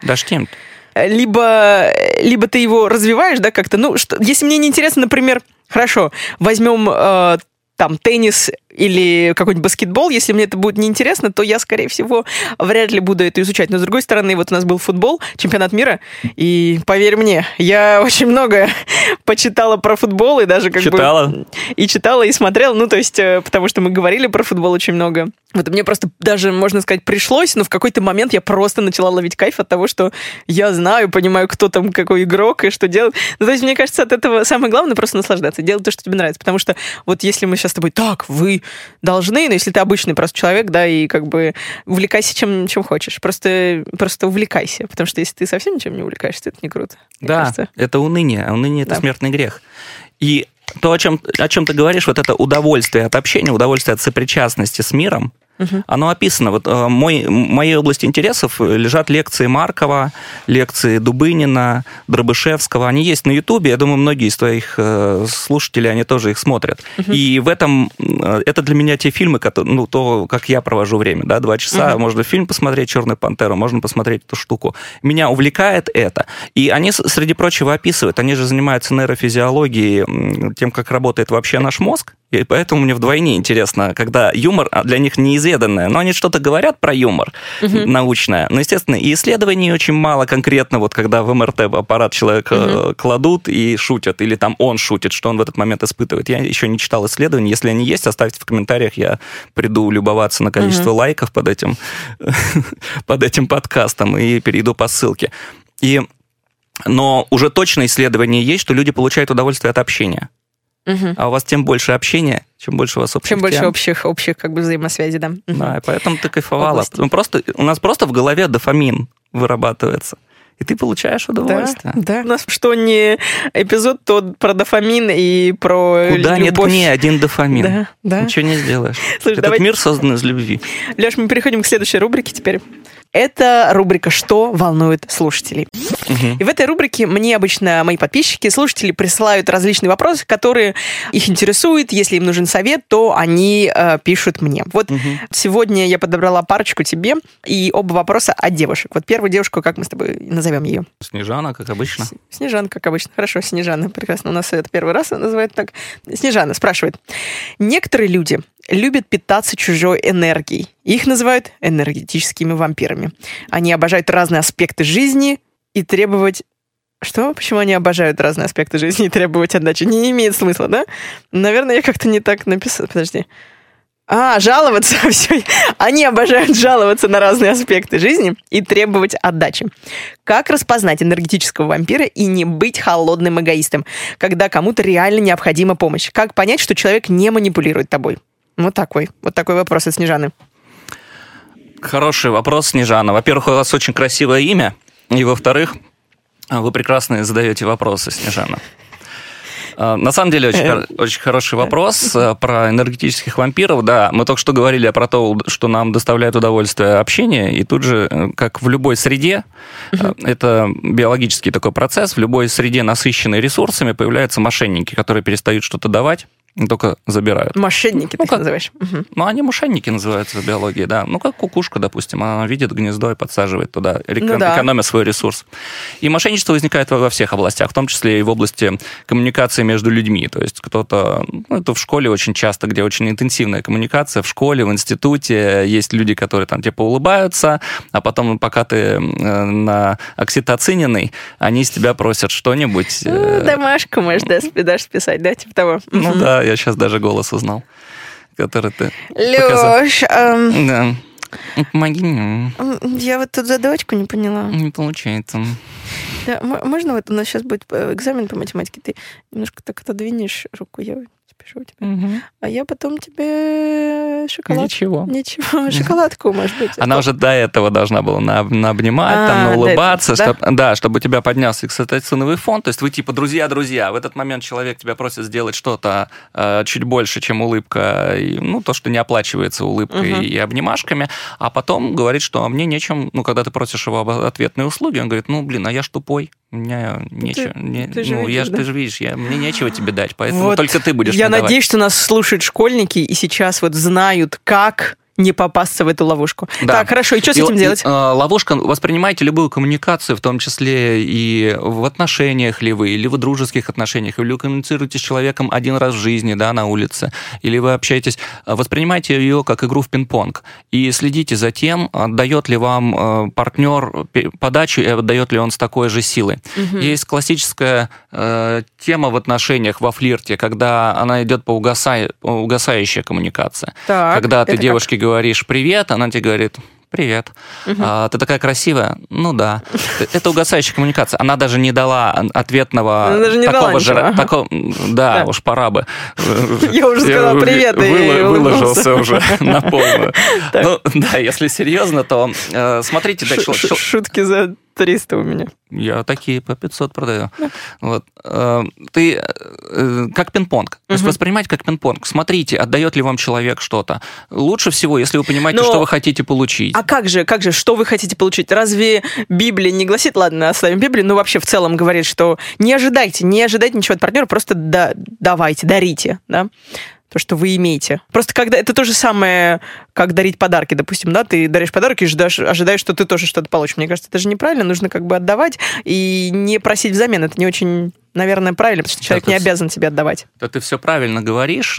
Либо ты его развиваешь, да, как-то, ну, если мне не интересно, например, хорошо, возьмем там теннис или какой-нибудь баскетбол, если мне это будет неинтересно, то я, скорее всего, вряд ли буду это изучать. Но, с другой стороны, вот у нас был футбол, чемпионат мира, и, поверь мне, я очень много почитала про футбол, и даже читала, и смотрела, ну, то есть, потому что мы говорили про футбол очень много. Вот мне просто даже, можно сказать, пришлось, но в какой-то момент я просто начала ловить кайф от того, что я знаю, понимаю, кто там какой игрок и что делать. Ну, то есть, мне кажется, от этого самое главное просто наслаждаться, делать то, что тебе нравится. Потому что вот если мы сейчас с тобой, так, вы должны, но если ты обычный просто человек, да, и как бы увлекайся чем хочешь. Просто увлекайся, потому что если ты совсем ничем не увлекаешься, это не круто. Да, это уныние, а уныние – это смертный грех. И то, о чем ты говоришь, вот это удовольствие от общения, удовольствие от сопричастности с миром, оно описано. Вот в моей области интересов лежат лекции Маркова, лекции Дубынина, Дробышевского. Они есть на Ютубе. Я думаю, многие из твоих слушателей, они тоже их смотрят. И в этом... Это для меня те фильмы, то, как я провожу время. Да? 2 часа можно фильм посмотреть «Черную пантеру», можно посмотреть эту штуку. Меня увлекает это. И они, среди прочего, описывают. Они же занимаются нейрофизиологией, тем, как работает вообще наш мозг. И поэтому мне вдвойне интересно, когда юмор для них неизведанное, но они что-то говорят про юмор научное. Но, естественно, и исследований очень мало конкретно, вот когда в МРТ-аппарат человека кладут и шутят, или там он шутит, что он в этот момент испытывает. Я еще не читал исследований. Если они есть, оставьте в комментариях, я приду любоваться на количество лайков под этим подкастом и перейду по ссылке. Но уже точно исследование есть, что люди получают удовольствие от общения. А у вас тем больше общения, чем больше у вас общих Чем больше тем. общих как бы взаимосвязи, да. Да, и поэтому ты кайфовала. У нас просто в голове дофамин вырабатывается. И ты получаешь удовольствие. Да. У нас что не эпизод, то про дофамин и про Куда любовь. нет один дофамин. Да. Ничего не сделаешь. Слушай, Этот мир создан из любви. Леш, мы переходим к следующей рубрике теперь. Это рубрика «Что волнует слушателей?». И в этой рубрике мне обычно мои подписчики, слушатели присылают различные вопросы, которые их интересуют. Если им нужен совет, то они пишут мне. Вот сегодня я подобрала парочку тебе, и оба вопроса от девушек. Вот первую девушку, как мы с тобой назовем ее? Снежана, как обычно. Снежана, как обычно. Хорошо, Снежана. Прекрасно. У нас это первый раз называют так. Снежана спрашивает. Некоторые люди любят питаться чужой энергией. Их называют энергетическими вампирами. Они обожают разные аспекты жизни и требовать... Что? Почему они обожают разные аспекты жизни и требовать отдачи? Не имеет смысла, да? Наверное, я как-то не так написала. Подожди. Жаловаться. Все. Они обожают жаловаться на разные аспекты жизни и требовать отдачи. Как распознать энергетического вампира и не быть холодным эгоистом, когда кому-то реально необходима помощь? Как понять, что человек не манипулирует тобой? Вот такой вопрос от Снежаны. Хороший вопрос, Снежана. Во-первых, у вас очень красивое имя. И, во-вторых, вы прекрасно задаете вопросы, Снежана. На самом деле, очень хороший вопрос про энергетических вампиров. Да, мы только что говорили про то, что нам доставляет удовольствие общение, и тут же, как в любой среде, это биологический такой процесс, в любой среде, насыщенной ресурсами, появляются мошенники, которые перестают что-то давать, только забирают. Мошенники, ты их называешь. Ну, они мошенники называются в биологии, да. Ну, как кукушка, допустим, она видит гнездо и подсаживает туда, экономя свой ресурс. И мошенничество возникает во всех областях, в том числе и в области коммуникации между людьми. То есть кто-то, ну, это в школе очень часто, где очень интенсивная коммуникация, в школе, в институте есть люди, которые там типа улыбаются, а потом, пока ты на окситоциненный, они с тебя просят что-нибудь. Домашку можешь даже списать, да, типа того. Ну да, я сейчас даже голос узнал, который ты Лёш, да. Помоги мне. Я вот тут задачку не поняла. Не получается. Да, можно вот у нас сейчас будет экзамен по математике, ты немножко так отодвинешь руку, я запишу у тебя. А я потом тебе Ничего, шоколадку, может быть. Она уже до этого должна была наобнимать, там, улыбаться, чтобы у тебя поднялся окситоциновый фон. То есть вы типа друзья. В этот момент человек тебя просит сделать что-то чуть больше, чем улыбка, ну, то, что не оплачивается улыбкой и обнимашками, а потом говорит, что мне нечем, ну, когда ты просишь его ответные услуги, он говорит, ну, блин, а я ж тупой. У меня нечего. Ты же видишь, мне нечего тебе дать, поэтому вот, только ты будешь я мне давать. Надеюсь, что нас слушают школьники и сейчас вот знают, как не попасться в эту ловушку. Да. Так, хорошо, и что с этим делать? Ловушка, воспринимайте любую коммуникацию, в том числе и в отношениях ли вы, или в дружеских отношениях, или вы коммуницируете с человеком один раз в жизни, да, на улице, или вы общаетесь, воспринимайте ее как игру в пинг-понг и следите за тем, отдает ли вам партнер подачу и отдает ли он с такой же силой. Есть классическая тема в отношениях, во флирте, когда она идет по угасающая коммуникация. Так, когда ты девушке говоришь «привет», она тебе говорит «привет». Ты такая красивая? Ну да. Это угасающая коммуникация. Она даже не дала ответного такого же... Да, уж пора бы. Я уже сказала «привет» и выложился уже на полную. Ну да, если серьезно, то смотрите... Шутки за 300 у меня. Я такие по 500 продаю. Вот. Ты как пинг-понг. То есть воспринимать как пинг-понг. Смотрите, отдает ли вам человек что-то. Лучше всего, если вы понимаете, что вы хотите получить. А как же, что вы хотите получить? Разве Библия не гласит, ладно, оставим Библию, но вообще в целом говорит, что не ожидайте ничего от партнера, просто давайте, дарите, да? То, что вы имеете. Просто когда это то же самое, как дарить подарки, допустим, да, ты даришь подарок и ожидаешь, что ты тоже что-то получишь. Мне кажется, это же неправильно, нужно как бы отдавать и не просить взамен. Это не очень, наверное, правильно, потому что человек не обязан тебе отдавать. Да, ты все правильно говоришь.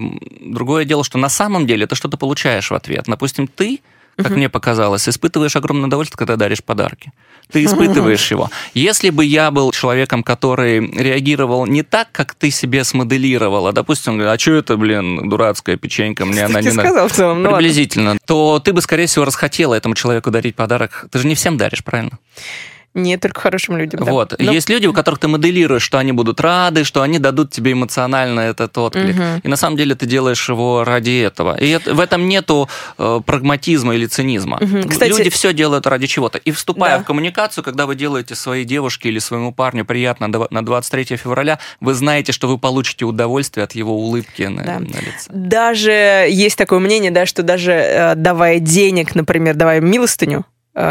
Другое дело, что на самом деле ты что-то получаешь в ответ. Допустим, ты, как мне показалось, испытываешь огромное удовольствие, когда даришь подарки. Ты испытываешь его. Если бы я был человеком, который реагировал не так, как ты себе смоделировала, допустим, а что это, блин, дурацкая печенька, мне она не сказал в целом, приблизительно, то ты бы, скорее всего, расхотела этому человеку дарить подарок. Ты же не всем даришь, правильно? Нет, только хорошим людям. Да. Вот. Есть люди, у которых ты моделируешь, что они будут рады, что они дадут тебе эмоционально этот отклик. И на самом деле ты делаешь его ради этого. И в этом нету прагматизма или цинизма. Кстати, люди все делают ради чего-то. И вступая в коммуникацию, когда вы делаете своей девушке или своему парню приятно на 23 февраля, вы знаете, что вы получите удовольствие от его улыбки на лице. Даже есть такое мнение, да, что даже давая денег, например, давая милостыню,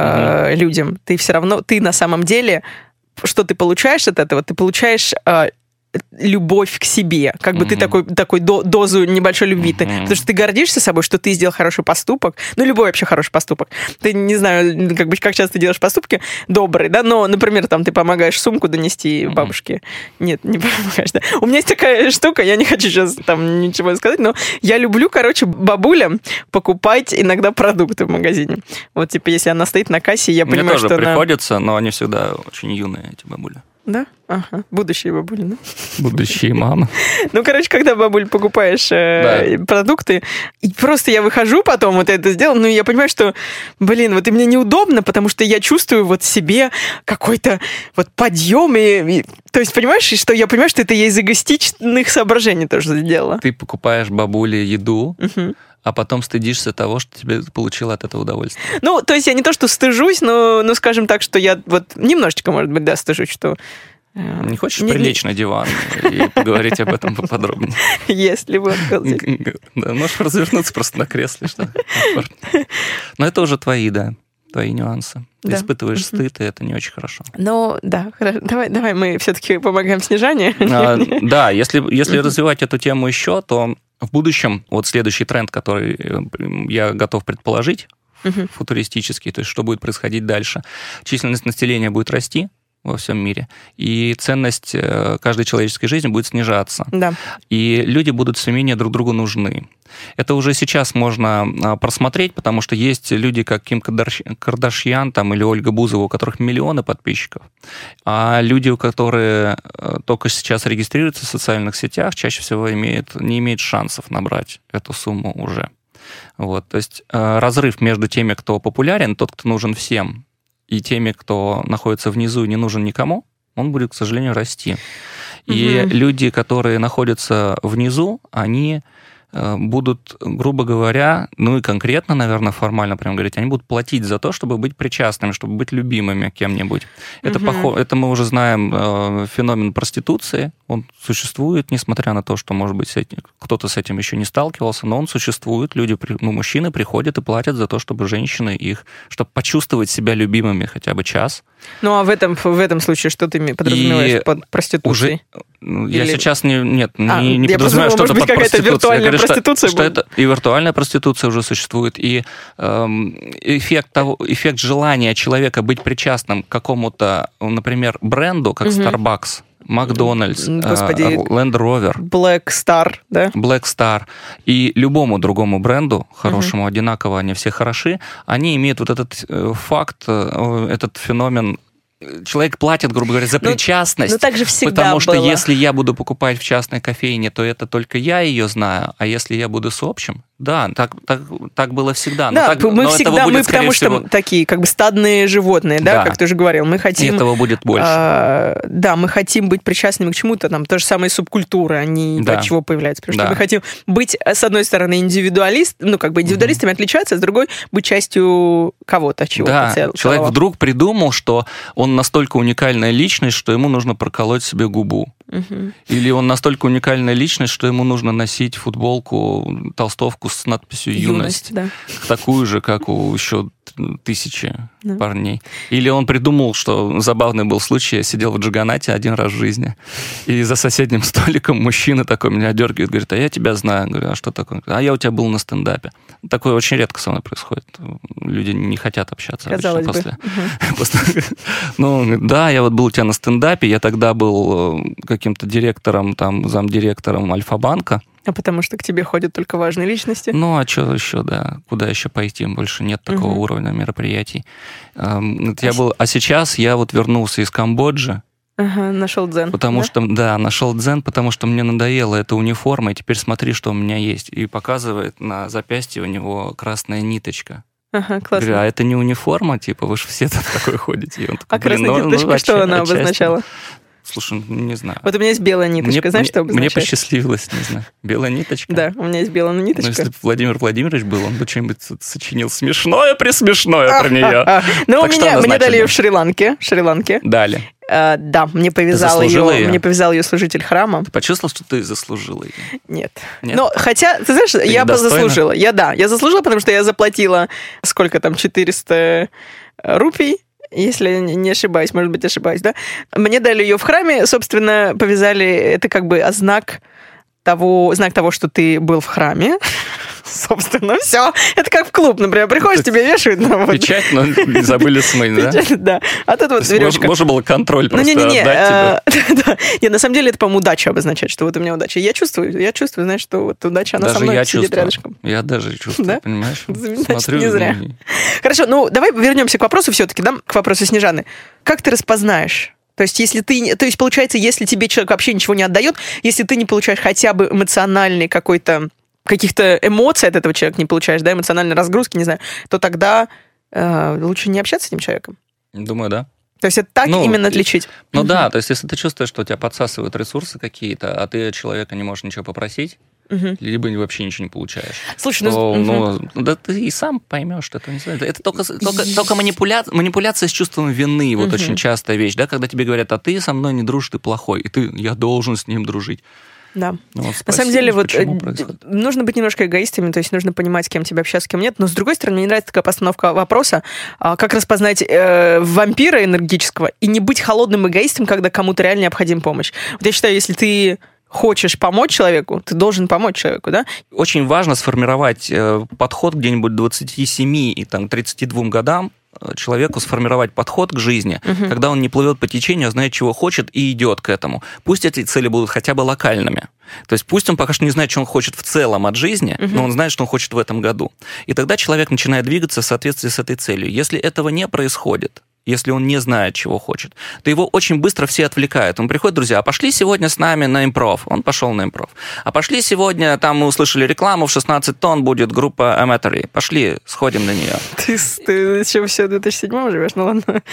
людям, ты все равно, ты на самом деле, что ты получаешь от этого? Ты получаешь любовь к себе, как бы ты такой дозу небольшой любви, потому что ты гордишься собой, что ты сделал хороший поступок, ну, любой вообще хороший поступок. Ты, не знаю, как часто делаешь поступки добрые, да, но, например, там, ты помогаешь сумку донести бабушке. Нет, не помогаешь, да. У меня есть такая штука, я не хочу сейчас там ничего сказать, но я люблю, короче, бабулям покупать иногда продукты в магазине. Вот, типа, если она стоит на кассе, я понимаю, что мне тоже приходится, но они всегда очень юные, эти бабули. Да? Ага. Будущие бабули, да? Будущие мамы. Ну, короче, когда, бабуль, покупаешь продукты, и просто я выхожу потом, вот это сделал, ну, и я понимаю, что, блин, вот и мне неудобно, потому что я чувствую вот себе какой-то вот подъем, то есть, понимаешь, что я понимаю, что это я из эгоистичных соображений тоже сделала. Ты покупаешь бабуле еду, а потом стыдишься того, что тебе получила от этого удовольствие. Ну, то есть я не то, что стыжусь, но скажем так, что я вот немножечко, может быть, да, стыжусь, что... Не хочешь прилечь на диван и поговорить об этом поподробнее? Если бы. Да, можешь развернуться просто на кресле, что. Но это уже твои, да. твои нюансы. Ты испытываешь стыд, и это не очень хорошо. Ну, да, хорошо. Давай мы все-таки помогаем снижанию. Да, если развивать эту тему еще, то в будущем вот следующий тренд, который я готов предположить, футуристический, то есть что будет происходить дальше. Численность населения будет расти во всем мире, и ценность каждой человеческой жизни будет снижаться. Да. И люди будут все менее друг другу нужны. Это уже сейчас можно просмотреть, потому что есть люди, как Ким Кардашьян там, или Ольга Бузова, у которых миллионы подписчиков, а люди, которые только сейчас регистрируются в социальных сетях, чаще всего не имеют шансов набрать эту сумму уже. Вот. То есть разрыв между теми, кто популярен, тот, кто нужен всем, и теми, кто находится внизу и не нужен никому, он будет, к сожалению, расти. И люди, которые находятся внизу, они будут, грубо говоря, ну и конкретно, наверное, формально прям говорить, они будут платить за то, чтобы быть причастными, чтобы быть любимыми кем-нибудь. Это мы уже знаем феномен проституции. Он существует, несмотря на то, что, может быть, кто-то с этим еще не сталкивался, но он существует. Люди, мужчины приходят и платят за то, чтобы женщины чтобы почувствовать себя любимыми хотя бы час. Ну, а в этом случае что ты подразумеваешь под проституцией? Я сейчас не подразумеваю что-то под проституцией. Проституция что это и виртуальная проституция уже существует, и эффект желания человека быть причастным к какому-то, например, бренду, как Starbucks, Макдональдс, Land Rover, Black Star, да? Black Star и любому другому бренду, хорошему, одинаково, они все хороши, они имеют вот этот факт, этот феномен. Человек платит, грубо говоря, за причастность. Так же всегда потому что было. Если я буду покупать в частной кофейне, то это только я ее знаю, а если я буду с общим, да, так было всегда. Да, мы потому что такие как бы стадные животные, да, как ты уже говорил. Мы хотим... И этого будет больше. Да, мы хотим быть причастными к чему-то, там, то же самое субкультуры, они от чего появляются. Потому что мы хотим быть, с одной стороны, индивидуалистами отличаться, а с другой быть частью кого-то, чего-то. Да, человек вдруг придумал, что он настолько уникальная личность, что ему нужно проколоть себе губу. Или он настолько уникальная личность, что ему нужно носить футболку, толстовку с надписью «Юность». Да. Такую же, как у еще тысячи парней. Или он придумал, что забавный был случай, я сидел в Джаганате один раз в жизни, и за соседним столиком мужчина такой меня дергает, говорит, а я тебя знаю. Говорю, а что такое? А я у тебя был на стендапе. Такое очень редко со мной происходит. Люди не хотят общаться. Казалось бы. Ну, да, я вот был у тебя на стендапе, я тогда был каким-то директором, там, замдиректором Альфа-банка. А потому что к тебе ходят только важные личности? Ну, а что еще, да? Куда еще пойти? Больше нет такого уровня мероприятий. А сейчас я вот вернулся из Камбоджи. Нашел дзен. Потому что, нашел дзен, потому что мне надоела эта униформа, и теперь смотри, что у меня есть. И показывает на запястье у него красная ниточка. Классно. Говорю, а это не униформа? Типа, вы же все тут такой ходите. И он такой, красная ниточка, что она обозначала? Слушай, не знаю. Вот у меня есть белая ниточка, знаешь, что обозначает? Мне посчастливилось, не знаю. Белая ниточка? Да, у меня есть белая ниточка. Ну, если бы Владимир Владимирович был, он бы что-нибудь сочинил смешное-пресмешное про нее. Ну, мне дали ее в Шри-Ланке. Дали? Да, мне повязал ее служитель храма. Ты почувствовал, что ты заслужила ее? Нет. Но, хотя, ты знаешь, я заслужила. Я заслужила, потому что я заплатила, сколько там, 400 рупий. Если не ошибаюсь, может быть, ошибаюсь, да? Мне дали ее в храме, собственно, повязали, это как бы знак того, что ты был в храме. Собственно, все. Это как в клуб, например, приходишь, тебе вешают. Печать, но забыли смыть, да? Да. А тут вот веревочка. Можно было контроль просто отдать тебе. Нет, на самом деле это, по-моему, удача обозначает, что вот у меня удача. Я чувствую, знаешь, что вот удача, она со мной сидит рядышком. Я даже чувствую, понимаешь? Значит, не зря. Хорошо, ну давай вернемся к вопросу все-таки, да, к вопросу Снежаны. Как ты распознаешь? То есть, получается, если тебе человек вообще ничего не отдает, если ты не получаешь хотя бы эмоциональный каких-то эмоций от этого человека не получаешь, да, эмоциональной разгрузки, не знаю, то тогда лучше не общаться с этим человеком. Думаю, да. То есть это так именно отличить? Ну да, то есть если ты чувствуешь, что у тебя подсасывают ресурсы какие-то, а ты от человека не можешь ничего попросить, либо вообще ничего не получаешь. Слушай, да ты и сам поймешь, что это не знаю. Это только манипуляция с чувством вины, вот очень частая вещь, да, когда тебе говорят, а ты со мной не дружишь, ты плохой, и я должен с ним дружить. Да. Ну, вот На самом деле, вот нужно быть немножко эгоистами, то есть нужно понимать, с кем тебе общаться, с кем нет. Но, с другой стороны, мне нравится такая постановка вопроса, как распознать вампира энергетического и не быть холодным эгоистом, когда кому-то реально необходима помощь. Вот я считаю, если ты хочешь помочь человеку, ты должен помочь человеку, да? Очень важно сформировать подход где-нибудь 27 и 32 годам, человеку сформировать подход к жизни, когда он не плывет по течению, а знает, чего хочет, и идет к этому. Пусть эти цели будут хотя бы локальными. То есть пусть он пока что не знает, что он хочет в целом от жизни, но он знает, что он хочет в этом году. И тогда человек начинает двигаться в соответствии с этой целью. Если этого не происходит, если он не знает, чего хочет, то его очень быстро все отвлекают. Он приходит, друзья, а пошли сегодня с нами на импров. Он пошел на импров. А пошли сегодня, там мы услышали рекламу, в 16 тонн будет группа Amatary. Пошли, сходим на нее. Ты еще все в 2007 живешь? Ну ладно.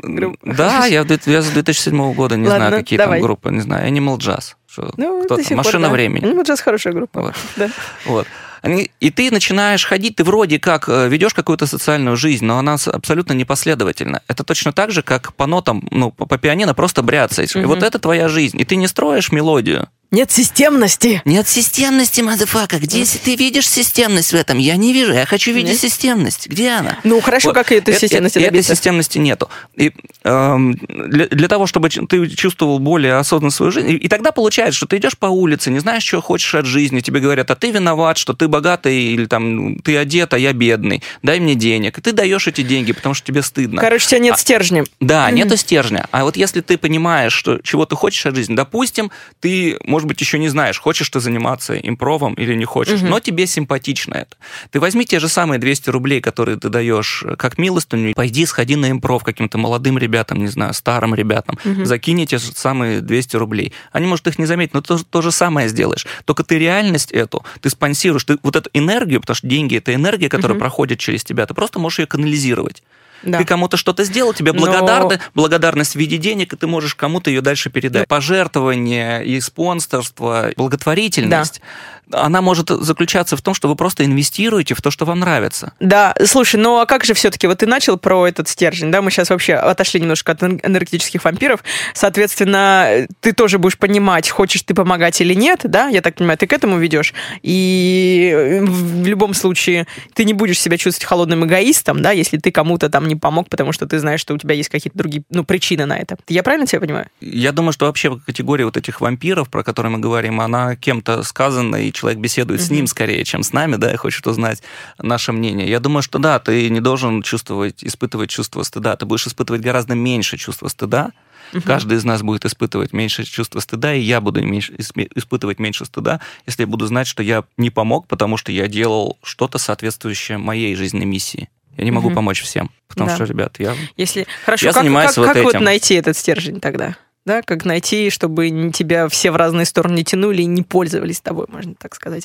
Да, я с 2007 года не знаю, какие там группы, не знаю. Animal Jazz. Машина времени. Animal Jazz хорошая группа. Вот. И ты начинаешь ходить, ты вроде как ведешь какую-то социальную жизнь, но она абсолютно непоследовательна. Это точно так же, как по нотам, по пианино просто бряцаешь. И вот это твоя жизнь. И ты не строишь мелодию. Нет системности. Нет системности, мазафака. Где ты видишь системность в этом? Я не вижу. Я хочу видеть системность. Где она? Ну, хорошо, вот. Как этой системности добиться? Этой системности нету. И для того, чтобы ты чувствовал более осознанно свою жизнь, и тогда получается, что ты идешь по улице, не знаешь, чего хочешь от жизни, тебе говорят, а ты виноват, что ты богатый, или там ты одет, а я бедный. Дай мне денег. И ты даешь эти деньги, потому что тебе стыдно. Короче, у тебя нет стержня. Да, нету стержня. А вот если ты понимаешь, что, чего ты хочешь от жизни, допустим, ты, может быть, еще не знаешь, хочешь ты заниматься импровом или не хочешь, но тебе симпатично это. Ты возьми те же самые 200 рублей, которые ты даешь как милостыню, пойди, сходи на импров каким-то молодым ребятам, не знаю, старым ребятам, закинь те же самые 200 рублей. Они, может, их не заметят, но ты то же самое сделаешь. Только ты реальность эту, ты спонсируешь, ты вот эту энергию, потому что деньги — это энергия, которая проходит через тебя, ты просто можешь ее канализировать. Да. Ты кому-то что-то сделал, тебе благодарность в виде денег, и ты можешь кому-то ее дальше передать. Пожертвование и спонсорство, благотворительность, она может заключаться в том, что вы просто инвестируете в то, что вам нравится. Да, слушай, ну а как же все-таки, вот ты начал про этот стержень, да, мы сейчас вообще отошли немножко от энергетических вампиров, соответственно, ты тоже будешь понимать, хочешь ты помогать или нет, да, я так понимаю, ты к этому ведешь, и в любом случае ты не будешь себя чувствовать холодным эгоистом, да, если ты кому-то там не помог, потому что ты знаешь, что у тебя есть какие-то другие, причины на это. Я правильно тебя понимаю? Я думаю, что вообще категория вот этих вампиров, про которые мы говорим, она кем-то сказана, и человек беседует с ним скорее, чем с нами, да, и хочет узнать наше мнение. Я думаю, что да, ты не должен испытывать чувство стыда, ты будешь испытывать гораздо меньше чувства стыда. Каждый из нас будет испытывать меньше чувства стыда, и я буду испытывать меньше стыда, если я буду знать, что я не помог, потому что я делал что-то соответствующее моей жизненной миссии. Я не могу помочь всем, потому что, ребят, Хорошо, занимаюсь вот этим. Как вот найти этот стержень тогда? Да, как найти, чтобы тебя все в разные стороны не тянули и не пользовались тобой, можно так сказать?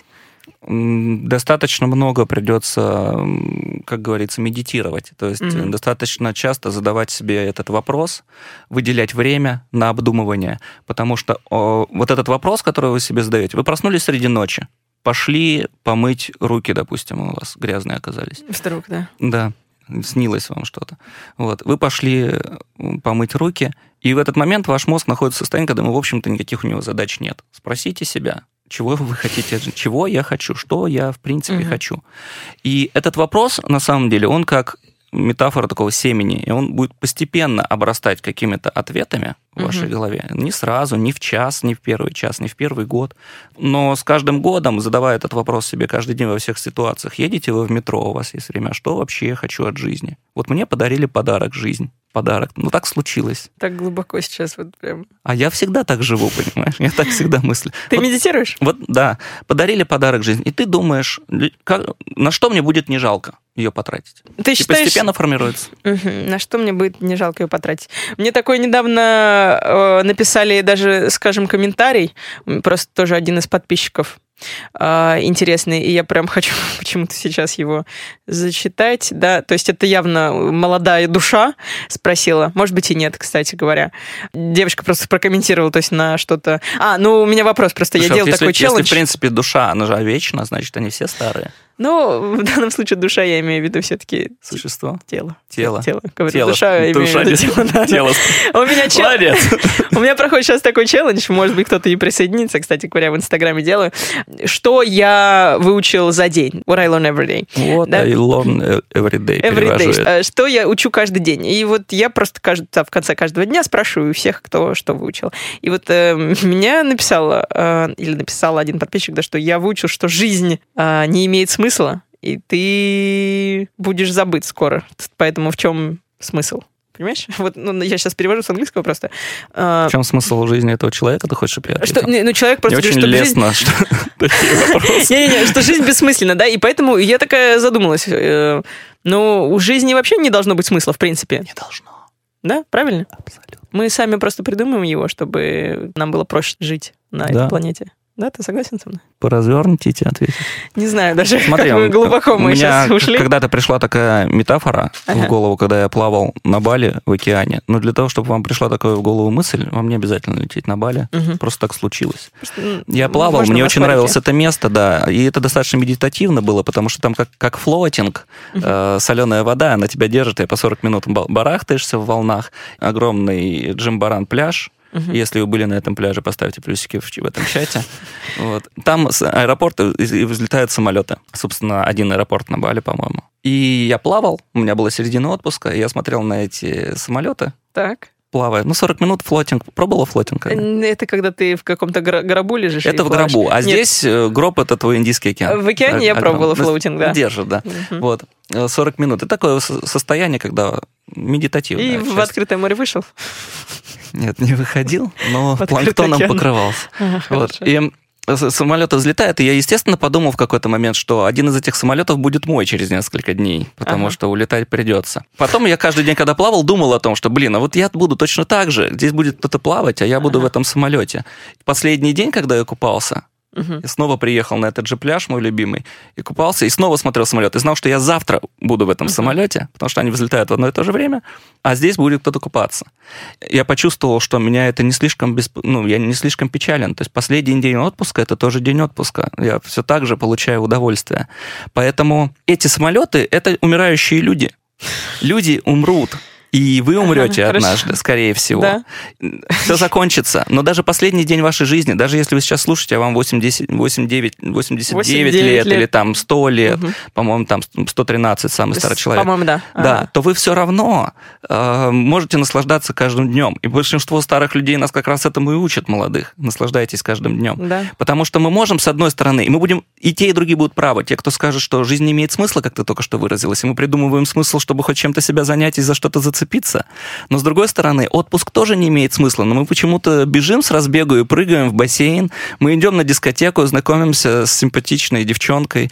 Достаточно много придется, как говорится, медитировать. То есть достаточно часто задавать себе этот вопрос, выделять время на обдумывание. Потому что вот этот вопрос, который вы себе задаете, вы проснулись среди ночи, пошли помыть руки, допустим, у вас грязные оказались. Вдруг, да. Да. Снилось вам что-то. Вот. Вы пошли помыть руки, и в этот момент ваш мозг находится в состоянии, когда, в общем-то, никаких у него задач нет. Спросите себя, чего вы хотите, чего я хочу, что я, в принципе, хочу. И этот вопрос, на самом деле, он как метафора такого семени, и он будет постепенно обрастать какими-то ответами в вашей голове. Не сразу, не в час, не в первый час, не в первый год. Но с каждым годом, задавая этот вопрос себе каждый день во всех ситуациях, едете вы в метро, у вас есть время, что вообще я хочу от жизни? Вот мне подарили подарок жизнь. Подарок. Так случилось. Так глубоко сейчас вот прям. А я всегда так живу, понимаешь? Я так всегда мыслю. Ты медитируешь? Вот, да. Подарили подарок жизни. И ты думаешь, на что мне будет не жалко ее потратить? Ты считаешь... постепенно формируется. На что мне будет не жалко ее потратить? Мне такое недавно написали даже, скажем, комментарий. Просто тоже один из подписчиков интересный, и я прям хочу почему-то сейчас его зачитать, да, то есть это явно молодая душа спросила, может быть и нет, кстати говоря. Девушка просто прокомментировала, то есть на что-то... у меня вопрос, просто я делал такой челлендж. Если, в принципе, душа, она же вечна, значит, они все старые. Ну, в данном случае душа, я имею в виду все-таки Существо? тело. Тело. Говорю, душа, я имею в виду тело. Да. Тело. У меня Молодец. У меня проходит сейчас такой челлендж, может быть, кто-то и присоединится, кстати говоря, в Инстаграме делаю. Что я выучил за день? What I learn every day. What I learn every day. Every day. Что я учу каждый день. И вот я просто в конце каждого дня спрашиваю всех, кто что выучил. И вот меня написал один подписчик, да, что я выучил, что жизнь не имеет смысла, и ты будешь забыт скоро. Поэтому в чем смысл? Понимаешь? Вот, я сейчас перевожу с английского просто. В чем смысл жизни этого человека, ты хочешь приятно? Человек просто говорит, что лестно, что такие вопросы. Не-не-не, что жизнь бессмысленна, да, и поэтому я такая задумалась. У жизни вообще не должно быть смысла, в принципе. Не должно. Да, правильно? Абсолютно. Мы сами просто придумаем его, чтобы нам было проще жить на этой планете. Да, ты согласен со мной? Поразверните эти ответы. Не знаю даже, Смотри, как глубоко мы сейчас ушли. У меня когда-то пришла такая метафора в голову, когда я плавал на Бали в океане. Но для того, чтобы вам пришла такая в голову мысль, вам не обязательно лететь на Бали. Просто так случилось. Я плавал, мне очень нравилось это место, да. И это достаточно медитативно было, потому что там как флотинг, соленая вода, она тебя держит, и по 40 минут барахтаешься в волнах. Огромный Джимбаран пляж. Если вы были на этом пляже, поставьте плюсики в этом чате. Вот. Там с аэропорта взлетают самолеты. Собственно, один аэропорт на Бали, по-моему. И я плавал, у меня была середина отпуска, и я смотрел на эти самолеты. Так. Плавая. 40 минут флотинг. Пробовала флотинг? Это когда ты в каком-то гробу лежишь? Это в гробу. А здесь гроб — это твой Индийский океан. В океане я пробовала флотинг, да. Держит, да. Вот. 40 минут. Это такое состояние, когда медитативное. И в открытое море вышел? Нет, не выходил, но планктоном покрывался. Вот. И самолеты взлетают, и я, естественно, подумал в какой-то момент, что один из этих самолетов будет мой через несколько дней, потому что улетать придется. Потом я каждый день, когда плавал, думал о том, что, а вот я буду точно так же, здесь будет кто-то плавать, а я буду в этом самолете. Последний день, когда я купался, я снова приехал на этот же пляж, мой любимый, и купался, и снова смотрел самолет. И знал, что я завтра буду в этом самолете, потому что они взлетают в одно и то же время, а здесь будет кто-то купаться. Я почувствовал, что меня это не слишком я не слишком печален. То есть последний день отпуска — это тоже день отпуска. Я все так же получаю удовольствие. Поэтому эти самолеты — это умирающие люди. Люди умрут. И вы умрете однажды, скорее всего. Да. Все закончится. Но даже последний день вашей жизни, даже если вы сейчас слушаете, а вам 89 лет или там 100 лет, по-моему, там 113, самый старый человек. По-моему, да. Да, то вы все равно можете наслаждаться каждым днем. И большинство старых людей нас как раз этому и учат, молодых. Наслаждайтесь каждым днем. Да. Потому что мы можем, с одной стороны, и мы будем, и те, и другие будут правы. Те, кто скажет, что жизнь не имеет смысла, как ты только что выразилась, и мы придумываем смысл, чтобы хоть чем-то себя занять и за что-то зацепиться. Но, с другой стороны, отпуск тоже не имеет смысла. Но мы почему-то бежим с разбегу и прыгаем в бассейн. Мы идем на дискотеку, знакомимся с симпатичной девчонкой.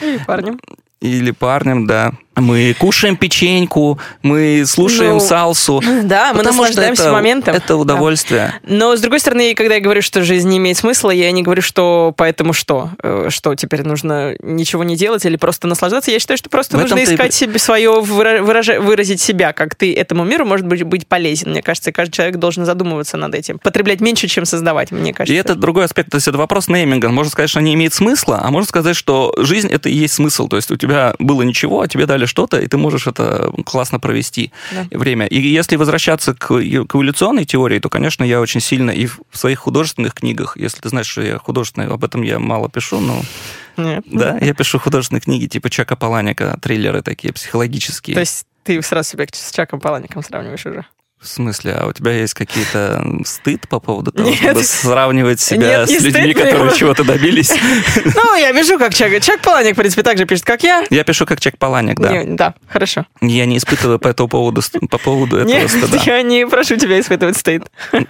Или парнем, да. Мы кушаем печеньку, мы слушаем сальсу. Да, мы наслаждаемся моментом. Это удовольствие. Да. Но, с другой стороны, когда я говорю, что жизнь не имеет смысла, я не говорю, что поэтому что? Что теперь нужно ничего не делать или просто наслаждаться? Я считаю, что просто нужно искать себе свое, выразить себя, как ты этому миру может быть полезен. Мне кажется, каждый человек должен задумываться над этим. Потреблять меньше, чем создавать, мне кажется. И это другой аспект. То есть это вопрос нейминга. Можно сказать, что не имеет смысла, а можно сказать, что жизнь — это и есть смысл. То есть у тебя было ничего, а тебе дали что-то, и ты можешь это классно провести время. И если возвращаться к эволюционной теории, то, конечно, я очень сильно и в своих художественных книгах, если ты знаешь, что я художественный, об этом я мало пишу, но... Нет. Да, я пишу художественные книги типа Чака Паланика, триллеры такие психологические. То есть ты сразу себя с Чаком Палаником сравниваешь уже? В смысле? А у тебя есть какие-то стыд по поводу того, чтобы сравнивать себя с людьми, которые чего-то добились? Ну, я пишу как Чак. Чак Паланик, в принципе, так же пишет, как я. Я пишу как Чак Паланик, да. Да, хорошо. Я не испытываю по поводу этого стыда. Я не прошу тебя испытывать стыд.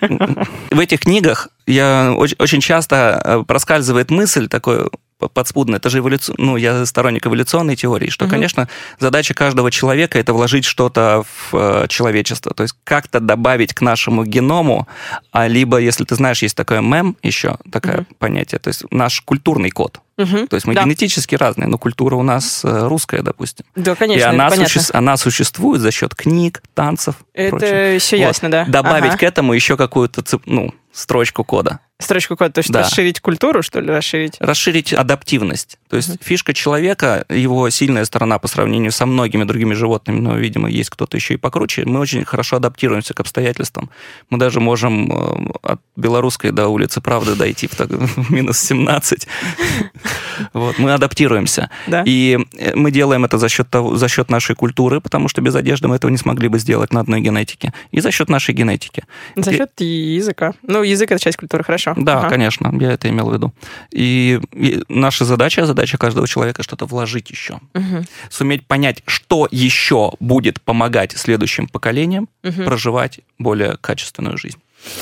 В этих книгах очень часто проскальзывает мысль такой подспудно. Это же я сторонник эволюционной теории, что, конечно, задача каждого человека — это вложить что-то в человечество, то есть как-то добавить к нашему геному, либо, если ты знаешь, есть такое мем еще, такое понятие, то есть наш культурный код. То есть мы генетически разные, но культура у нас русская, допустим. Да, конечно, и она существует за счет книг, танцев. Это все ясно, да. Добавить к этому еще какую-то строчку кода. Строчку кода, то есть Да. расширить культуру, что ли, расширить? Расширить адаптивность. То есть фишка человека, его сильная сторона по сравнению со многими другими животными, но, видимо, есть кто-то еще и покруче, мы очень хорошо адаптируемся к обстоятельствам. Мы даже можем от Белорусской до улицы Правды дойти в минус 17. Вот, мы адаптируемся. Да. И мы делаем это за счет нашей культуры, потому что без одежды мы этого не смогли бы сделать на одной генетике. И за счет нашей генетики. За счет языка. Ну, язык — это часть культуры, хорошо. Да, Ага. конечно, я это имел в виду. И наша задача каждого человека что-то вложить еще. Суметь понять, что еще будет помогать следующим поколениям проживать более качественную жизнь.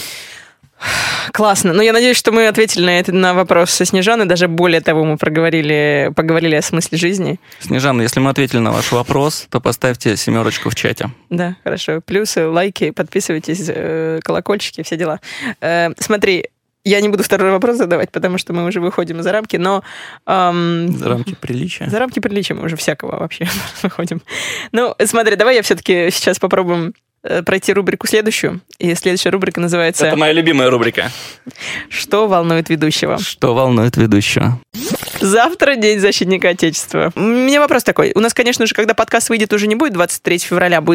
Классно. Ну, я надеюсь, что мы ответили на вопрос со Снежаной. Даже более того, мы поговорили о смысле жизни. Снежана, если мы ответили на ваш вопрос, то поставьте 7 в чате. Да, хорошо. Плюсы, лайки, подписывайтесь, колокольчики, все дела. Смотри, я не буду второй вопрос задавать, потому что мы уже выходим за рамки, но... За рамки приличия. За рамки приличия мы уже всякого вообще выходим. Ну, смотри, давай я все-таки сейчас попробуем пройти рубрику следующую. И следующая рубрика называется... Это моя любимая рубрика. Что волнует ведущего? Что волнует ведущего? Завтра День защитника Отечества. У меня вопрос такой. У нас, конечно же, когда подкаст выйдет, уже не будет 23 февраля, будет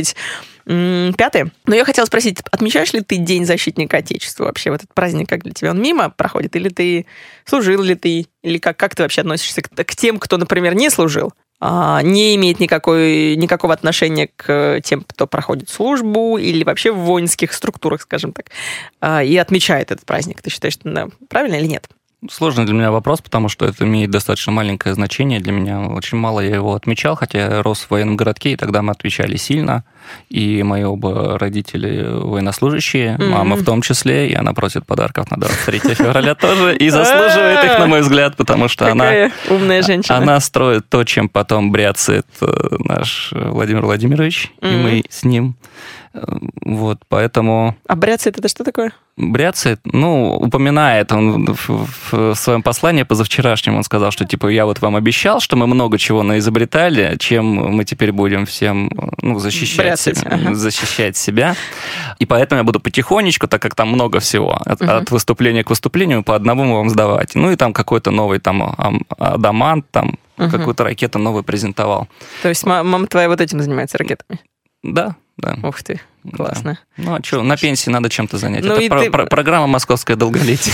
25. Но я хотела спросить, отмечаешь ли ты День защитника Отечества вообще? Вот этот праздник, как для тебя, он мимо проходит? Или ты служил ли ты? Или как ты вообще относишься к тем, кто, например, не служил? Не имеет никакого отношения к тем, кто проходит службу или вообще в воинских структурах, скажем так, и отмечает этот праздник. Ты считаешь, что правильно или нет? Сложный для меня вопрос, потому что это имеет достаточно маленькое значение для меня. Очень мало я его отмечал, хотя я рос в военном городке, и тогда мы отмечали сильно. И мои оба родители военнослужащие, мама в том числе, и она просит подарков на 23 февраля тоже, и заслуживает их, на мой взгляд, потому что Какая умная женщина. Она строит то, чем потом бряцает наш Владимир Владимирович, и мы с ним. Вот, поэтому... А бряцает — это что такое? Бряцает, упоминает он в своем послании позавчерашнем, он сказал, что, типа, я вот вам обещал, что мы много чего наизобретали, чем мы теперь будем всем защищать себя. И поэтому я буду потихонечку, так как там много всего, от выступления к выступлению по одному вам сдавать. Ну, и там какой-то новый Адамант, какую-то ракету новую презентовал. То есть мама твоя вот этим занимается, ракетами? Да. Ух ты, классно. Да. Ну, а что, на пенсии надо чем-то занять. Ну, это программа «Московское долголетие».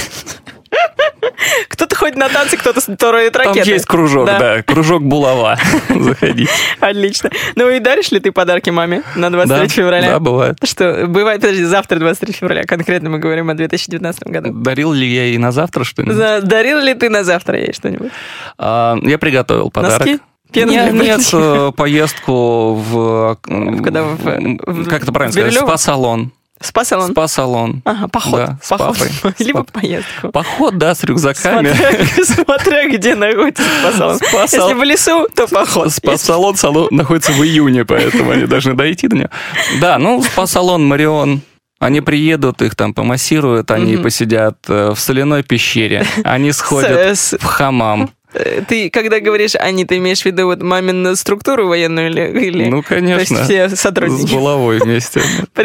Кто-то ходит на танцы, кто-то строит ракеты. Там есть кружок, да, кружок булава. Заходите. Отлично. Ну и даришь ли ты подарки маме на 23 февраля? Да, бывает. Что, бывает, подожди, завтра 23 февраля, конкретно мы говорим о 2019 году. Дарил ли я ей на завтра что-нибудь? Дарил ли ты на завтра ей что-нибудь? Я приготовил подарок. Носки? Нет, поездку в... Как это правильно сказать? Спа-салон. Спа-салон? Спа-салон. Ага, поход. Да, с папой. Либо поездку. Поход, да, с рюкзаками. Смотря где находится спа-салон. Если в лесу, то поход. Спа-салон находится в июне, поэтому они должны дойти до него. Да, спа-салон Марион. Они приедут, их там помассируют, они посидят в соляной пещере, они сходят в хамам. Ты, когда говоришь «они», ты имеешь в виду вот мамину структуру военную или... Ну, конечно. То есть все сотрудники. С булавой вместе.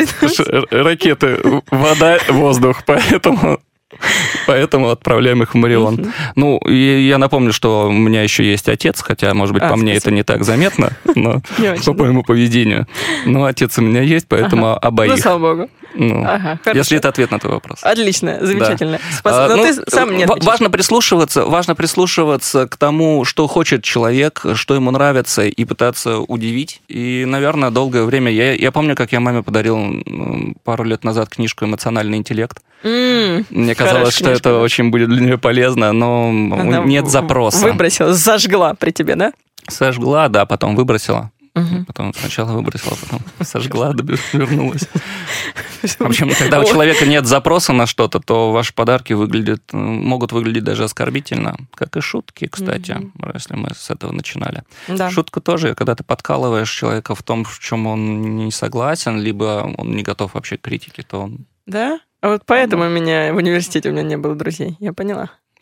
Ракеты, вода, воздух, поэтому отправляем их в Марион. Я напомню, что у меня еще есть отец, хотя, может быть, по мне это не так заметно, но по моему поведению. Но отец у меня есть, поэтому обоих. Ну, слава богу. Если это ответ на твой вопрос. Отлично, замечательно. Но ты сам не отвечаешь. Важно прислушиваться к тому, что хочет человек, что ему нравится, и пытаться удивить. И, наверное, долгое время... Я помню, как я маме подарил пару лет назад книжку «Эмоциональный интеллект». Мне казалось, что это очень будет для нее полезно, но нет запроса. Выбросила, зажгла при тебе, да? Сожгла, да, потом выбросила. Потом сначала выбросила, потом сожгла, вернулась. В общем, когда у человека нет запроса на что-то, то ваши подарки могут выглядеть даже оскорбительно, как и шутки, кстати, если мы с этого начинали. Да. Шутка тоже, когда ты подкалываешь человека в том, в чем он не согласен, либо он не готов вообще к критике, то он... Да? А вот поэтому у меня в университете не было друзей, я поняла.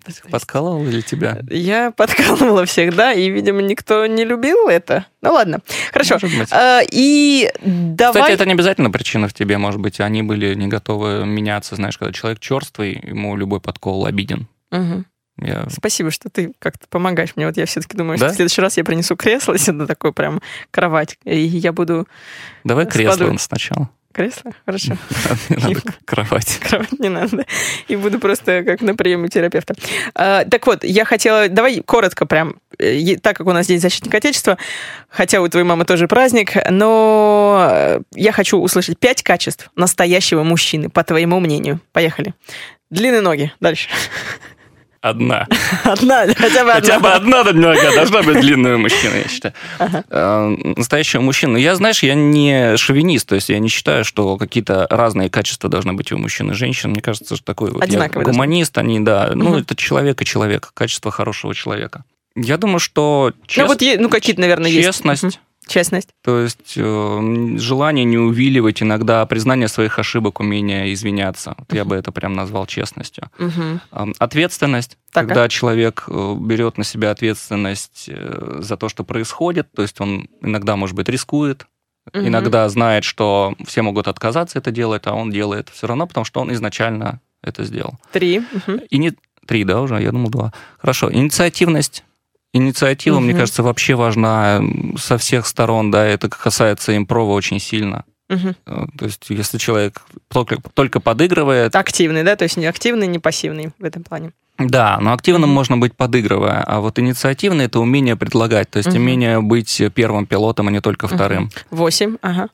Подкалывал или тебя? Я подкалывала всегда, и, видимо, никто не любил это. Ну ладно, хорошо. И давай... Кстати, это не обязательно причина в тебе, может быть, они были не готовы меняться, знаешь, когда человек черствый, ему любой подкол обиден. Угу. Спасибо, что ты как-то помогаешь мне. Вот я все-таки думаю, что в следующий раз я принесу кресло сюда, такую прям кровать, и я буду... Давай кресло сначала. Кресло? Хорошо. Не надо кровать. Кровать не надо. И буду просто как на приеме терапевта. Так вот, я хотела... Давай коротко прям, так как у нас День защитника Отечества, хотя у твоей мамы тоже праздник, но я хочу услышать 5 качеств настоящего мужчины, по твоему мнению. Поехали. Длинные ноги. Дальше. Одна. Одна, хотя бы одна. Хотя бы одна нога должна быть длинная у мужчины, я считаю. Настоящего мужчины. Я, знаешь, я не шовинист, то есть я не считаю, что какие-то разные качества должны быть у мужчин и женщин. Мне кажется, что такой вот гуманист, они, да, ну, это человек и человек, качество хорошего человека. Я думаю, что какие-то, наверное, есть. Честность. Честность. То есть желание не увиливать иногда, признание своих ошибок, умение извиняться. Вот я бы это прям назвал честностью. Ответственность. Когда человек берет на себя ответственность за то, что происходит, то есть он иногда, может быть, рискует, иногда знает, что все могут отказаться это делать, а он делает все равно, потому что он изначально это сделал. 3. И не 3, да, уже? Я думал, 2. Хорошо. Инициативность. Инициатива, мне кажется, вообще важна со всех сторон, да, это касается импрова очень сильно. То есть, если человек только подыгрывает... Активный, да, то есть не активный, не пассивный в этом плане. Да, но активным можно быть подыгрывая, а вот инициативный – это умение предлагать, то есть умение быть первым пилотом, а не только вторым. 8, ага.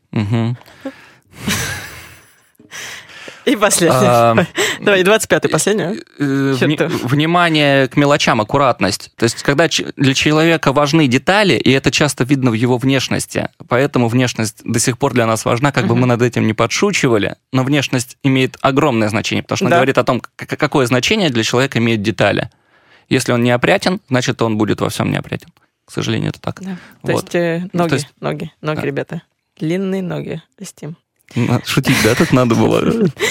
И последний. Давай, 25-й, последний. Внимание к мелочам, аккуратность. То есть, когда для человека важны детали, и это часто видно в его внешности, поэтому внешность до сих пор для нас важна, как бы мы над этим не подшучивали, но внешность имеет огромное значение, потому что она говорит о том, какое значение для человека имеют детали. Если он неопрятен, значит, он будет во всем неопрятен. К сожалению, это так. Да. То есть ноги, ребята. Длинные ноги. Листим. Шутить, да, тут надо было?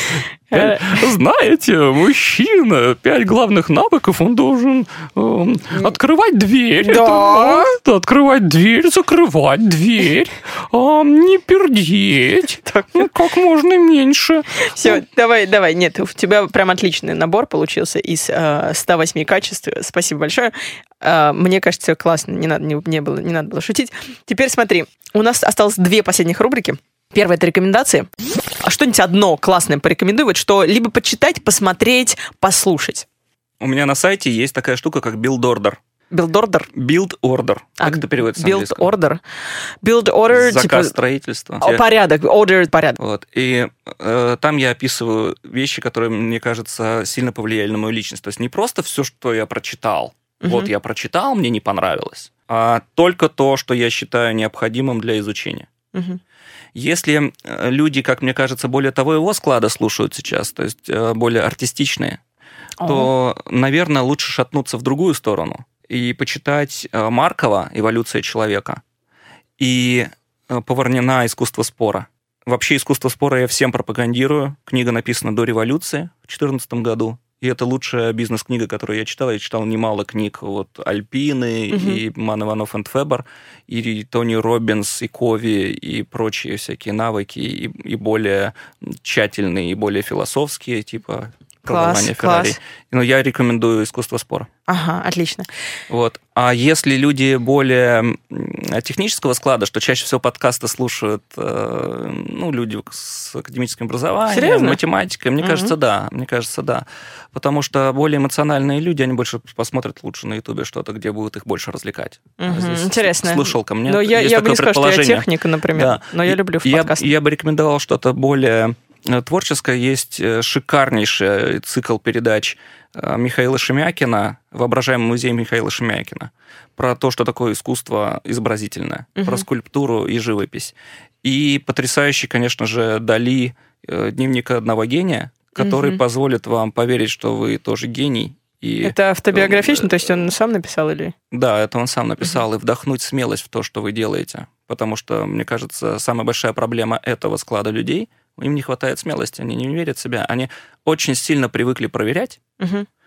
Знаете, мужчина, 5 главных навыков, он должен открывать дверь. Да. Открывать дверь, закрывать дверь, не пердеть, как можно меньше. Все, давай, нет, у тебя прям отличный набор получился из 108 качеств. Спасибо большое. Мне кажется, классно, не надо было шутить. Теперь смотри, у нас осталось 2 последних рубрики. Первое – это рекомендации. А что-нибудь одно классное порекомендуй, вот что либо почитать, посмотреть, послушать. У меня на сайте есть такая штука, как Build Order. Build Order? Build Order. Как это переводится с английского? Build Order. Заказ строительства. Порядок. Order – порядок. Вот. И там я описываю вещи, которые, мне кажется, сильно повлияли на мою личность. То есть не просто все, что я прочитал. Вот я прочитал, мне не понравилось. А только то, что я считаю необходимым для изучения. Если люди, как мне кажется, более твоего склада слушают сейчас, то есть более артистичные, то, наверное, лучше шатнуться в другую сторону и почитать Маркова «Эволюция человека» и Поварнина «Искусство спора». Вообще «Искусство спора» я всем пропагандирую. Книга написана до революции в 2014 году. И это лучшая бизнес-книга, которую я читал. Я читал немало книг от Альпины, и Ман Иванов энд Фебер, и Тони Роббинс, и Кови, и прочие всякие навыки, и более тщательные, и более философские, типа «Продавание Феррари». Но я рекомендую «Искусство спора». Ага, отлично. Вот. А если люди более технического склада, что чаще всего подкасты слушают люди с академическим образованием, серьезно? Математикой, мне кажется, да. Потому что более эмоциональные люди, они больше посмотрят лучше на Ютубе что-то, где будут их больше развлекать. Интересно. Слышал ко мне. Но я бы не сказала, что я техника, например. Но я люблю подкасты. Я бы рекомендовал что-то более творческое. Есть шикарнейший цикл передач Михаила Шемякина, «Воображаемый музей» Михаила Шемякина, про то, что такое искусство изобразительное, про скульптуру и живопись. И потрясающий, конечно же, Дали «Дневник одного гения», который позволит вам поверить, что вы тоже гений. И, это автобиографично, то есть он сам написал или? Да, это он сам написал, и вдохнуть смелость в то, что вы делаете. Потому что, мне кажется, самая большая проблема этого склада людей – им не хватает смелости, они не верят в себя, они очень сильно привыкли проверять,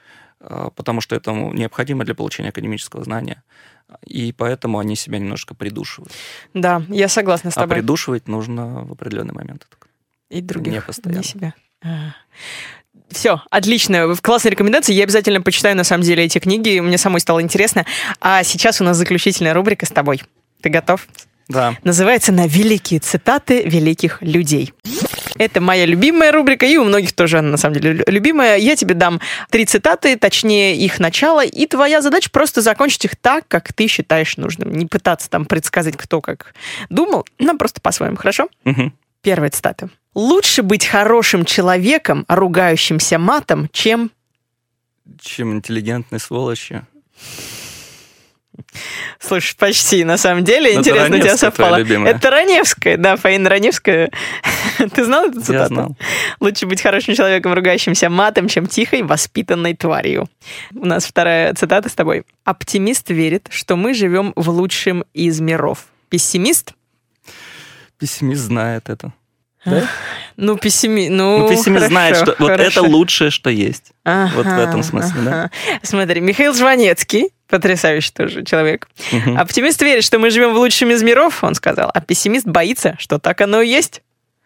потому что это необходимо для получения академического знания. И поэтому они себя немножко придушивают. Да, я согласна с тобой. А придушивать нужно в определенный момент. И других, не постоянно. Не себя. Все, отлично. Классные рекомендации. Я обязательно почитаю, на самом деле, эти книги. Мне самой стало интересно. А сейчас у нас заключительная рубрика с тобой. Ты готов? Да. Называется «На великие цитаты великих людей». Это моя любимая рубрика, и у многих тоже она, на самом деле, любимая. Я тебе дам 3 цитаты, точнее, их начало, и твоя задача просто закончить их так, как ты считаешь нужным. Не пытаться там предсказать, кто как думал, но просто по-своему, хорошо? Угу. Первая цитата. «Лучше быть хорошим человеком, ругающимся матом, чем...» Чем интеллигентной сволочью. Слушай, почти, на самом деле. Интересно, у тебя совпало. Это Раневская, да, Фаина Раневская. Ты знал эту цитату? Я знал. Лучше быть хорошим человеком, ругающимся матом, чем тихой, воспитанной тварью. У нас вторая цитата с тобой. «Оптимист верит, что мы живем в лучшем из миров. Пессимист?» Пессимист знает это. Да? Пессимист хорошо, знает, что вот это лучшее, что есть. Вот в этом смысле, да? Смотри, Михаил Жванецкий, потрясающий тоже человек. Оптимист верит, что мы живем в лучшем из миров, он сказал, а пессимист боится, что так оно и есть.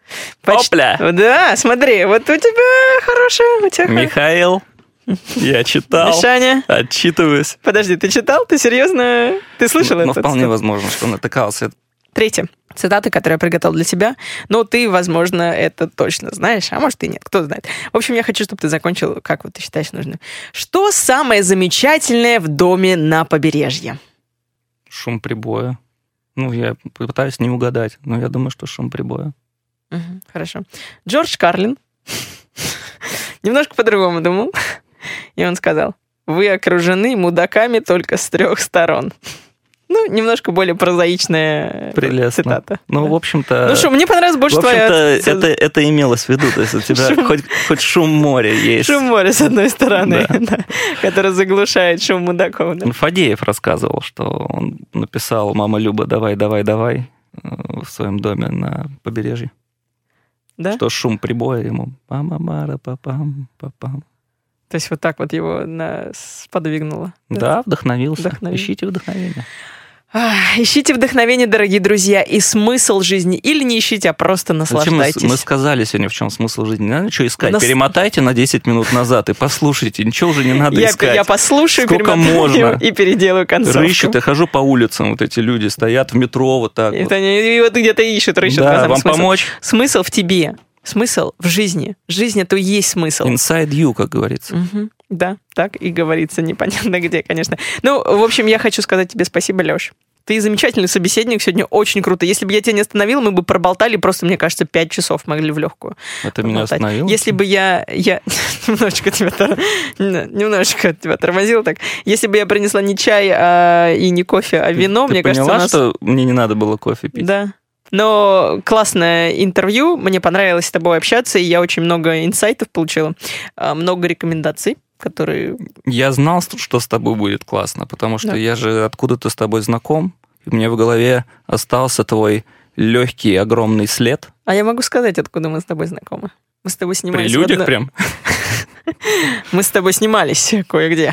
Опля! Да, смотри, вот у тебя хорошая... Михаил, я читал. Мишаня. Отчитываюсь. Подожди, ты читал? Ты серьезно? Ты слышал это? Вполне возможно, что натыкался. Третья цитата, которую я приготовил для тебя. Но ты, возможно, это точно знаешь, а может и нет, кто знает. В общем, я хочу, чтобы ты закончил, как вот ты считаешь нужным. Что самое замечательное в доме на побережье? Шум прибоя. Я пытаюсь не угадать, но я думаю, что шум прибоя. Хорошо. Джордж Карлин немножко по-другому думал. И он сказал, вы окружены мудаками только с 3 сторон. Немножко более прозаичная цитата. В общем-то... мне понравилось больше твоя... это имелось в виду. То есть у тебя хоть шум моря есть. Шум моря, с одной стороны, который заглушает шум мудаков. Фадеев рассказывал, что он написал «Мама Люба, давай, давай, давай» в своем доме на побережье. Да? Что шум прибоя ему «Мама-мара, папам, папам». То есть вот так вот его сподвигнуло. Да, вдохновился. Ищите вдохновение. Ищите вдохновение, дорогие друзья, и смысл жизни. Или не ищите, а просто наслаждайтесь. Мы сказали сегодня, в чем смысл жизни. Не надо ничего искать. Перемотайте на 10 минут назад и послушайте. Ничего уже не надо искать. Я послушаю, сколько можно. И переделаю концовку. Рыщут, я хожу по улицам, вот эти люди стоят в метро вот так. Это они вот где-то ищут, рыщут. Да, вам помочь? Смысл в тебе. Смысл в жизни. Жизнь — это и есть смысл. Inside you, как говорится. Да, так и говорится, непонятно где, конечно. В общем, я хочу сказать тебе спасибо, Лёш. Ты замечательный собеседник, сегодня очень круто. Если бы я тебя не остановил, мы бы проболтали просто, мне кажется, 5 часов могли в легкую. Это меня остановило? Если бы я немножечко тебя тормозил так. Если бы я принесла не чай и не кофе, а вино, мне кажется, у нас... Ты поняла, что мне не надо было кофе пить? Да. Но классное интервью, мне понравилось с тобой общаться, и я очень много инсайтов получила, много рекомендаций, которые... Я знал, что с тобой будет классно, потому что я же откуда-то с тобой знаком, и у меня в голове остался твой легкий, огромный след. А я могу сказать, откуда мы с тобой знакомы. Мы с тобой снимались... При людях прям? Мы с тобой снимались кое-где.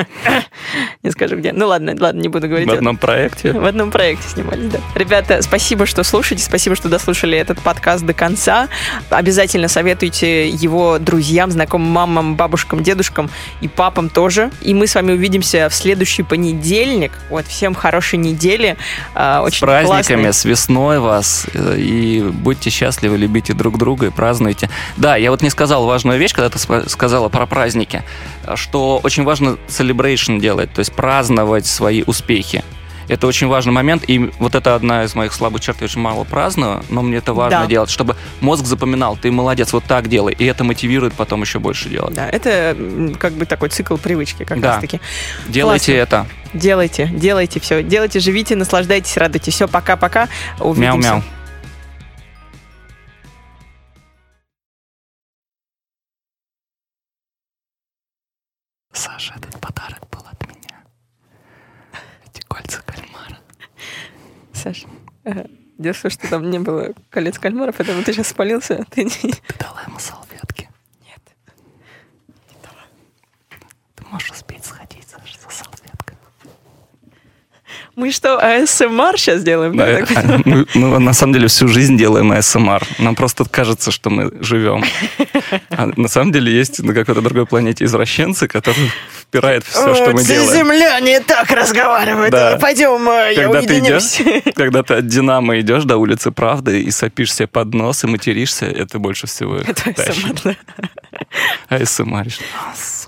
Не скажу где. Ладно, не буду говорить. В одном проекте? В одном проекте снимались, да. Ребята, спасибо, что слушаете, спасибо, что дослушали этот подкаст до конца. Обязательно советуйте его друзьям, знакомым, мамам, бабушкам, дедушкам и папам тоже. И мы с вами увидимся в следующий понедельник. Всем хорошей недели. Очень с праздниками, классной. С весной вас. И будьте счастливы, любите друг друга и празднуйте. Да, я не сказал важную вещь, когда ты сказала про праздники, что очень важно celebration делать, то есть праздновать свои успехи. Это очень важный момент, и вот это одна из моих слабых черт, я очень мало праздную, но мне это важно делать, чтобы мозг запоминал, ты молодец, вот так делай, и это мотивирует потом еще больше делать. Да, это как бы такой цикл привычки как раз-таки. Делайте это. Делайте все, делайте, живите, наслаждайтесь, радуйтесь. Все, пока-пока, увидимся. Мяу-мяу. Саша, этот подарок был от меня. Эти кольца кальмара. Саш, дело в том, что там не было колец кальмара, поэтому ты сейчас спалился. Ты дала ему салфетки? Нет. Не дала. Ты можешь успеть сходить за салфеткой. Мы что, АСМР сейчас делаем? Да, мы на самом деле всю жизнь делаем АСМР. Нам просто кажется, что мы живем. А на самом деле есть на какой-то другой планете извращенцы, которые впирают все, что мы делаем. Земляне так разговаривают. Да. Пойдем, я уединюсь. Когда ты от Динамо идешь до улицы Правды и сопишь себе под нос и материшься, это больше всего это тащит. АСМР, да. АСМР.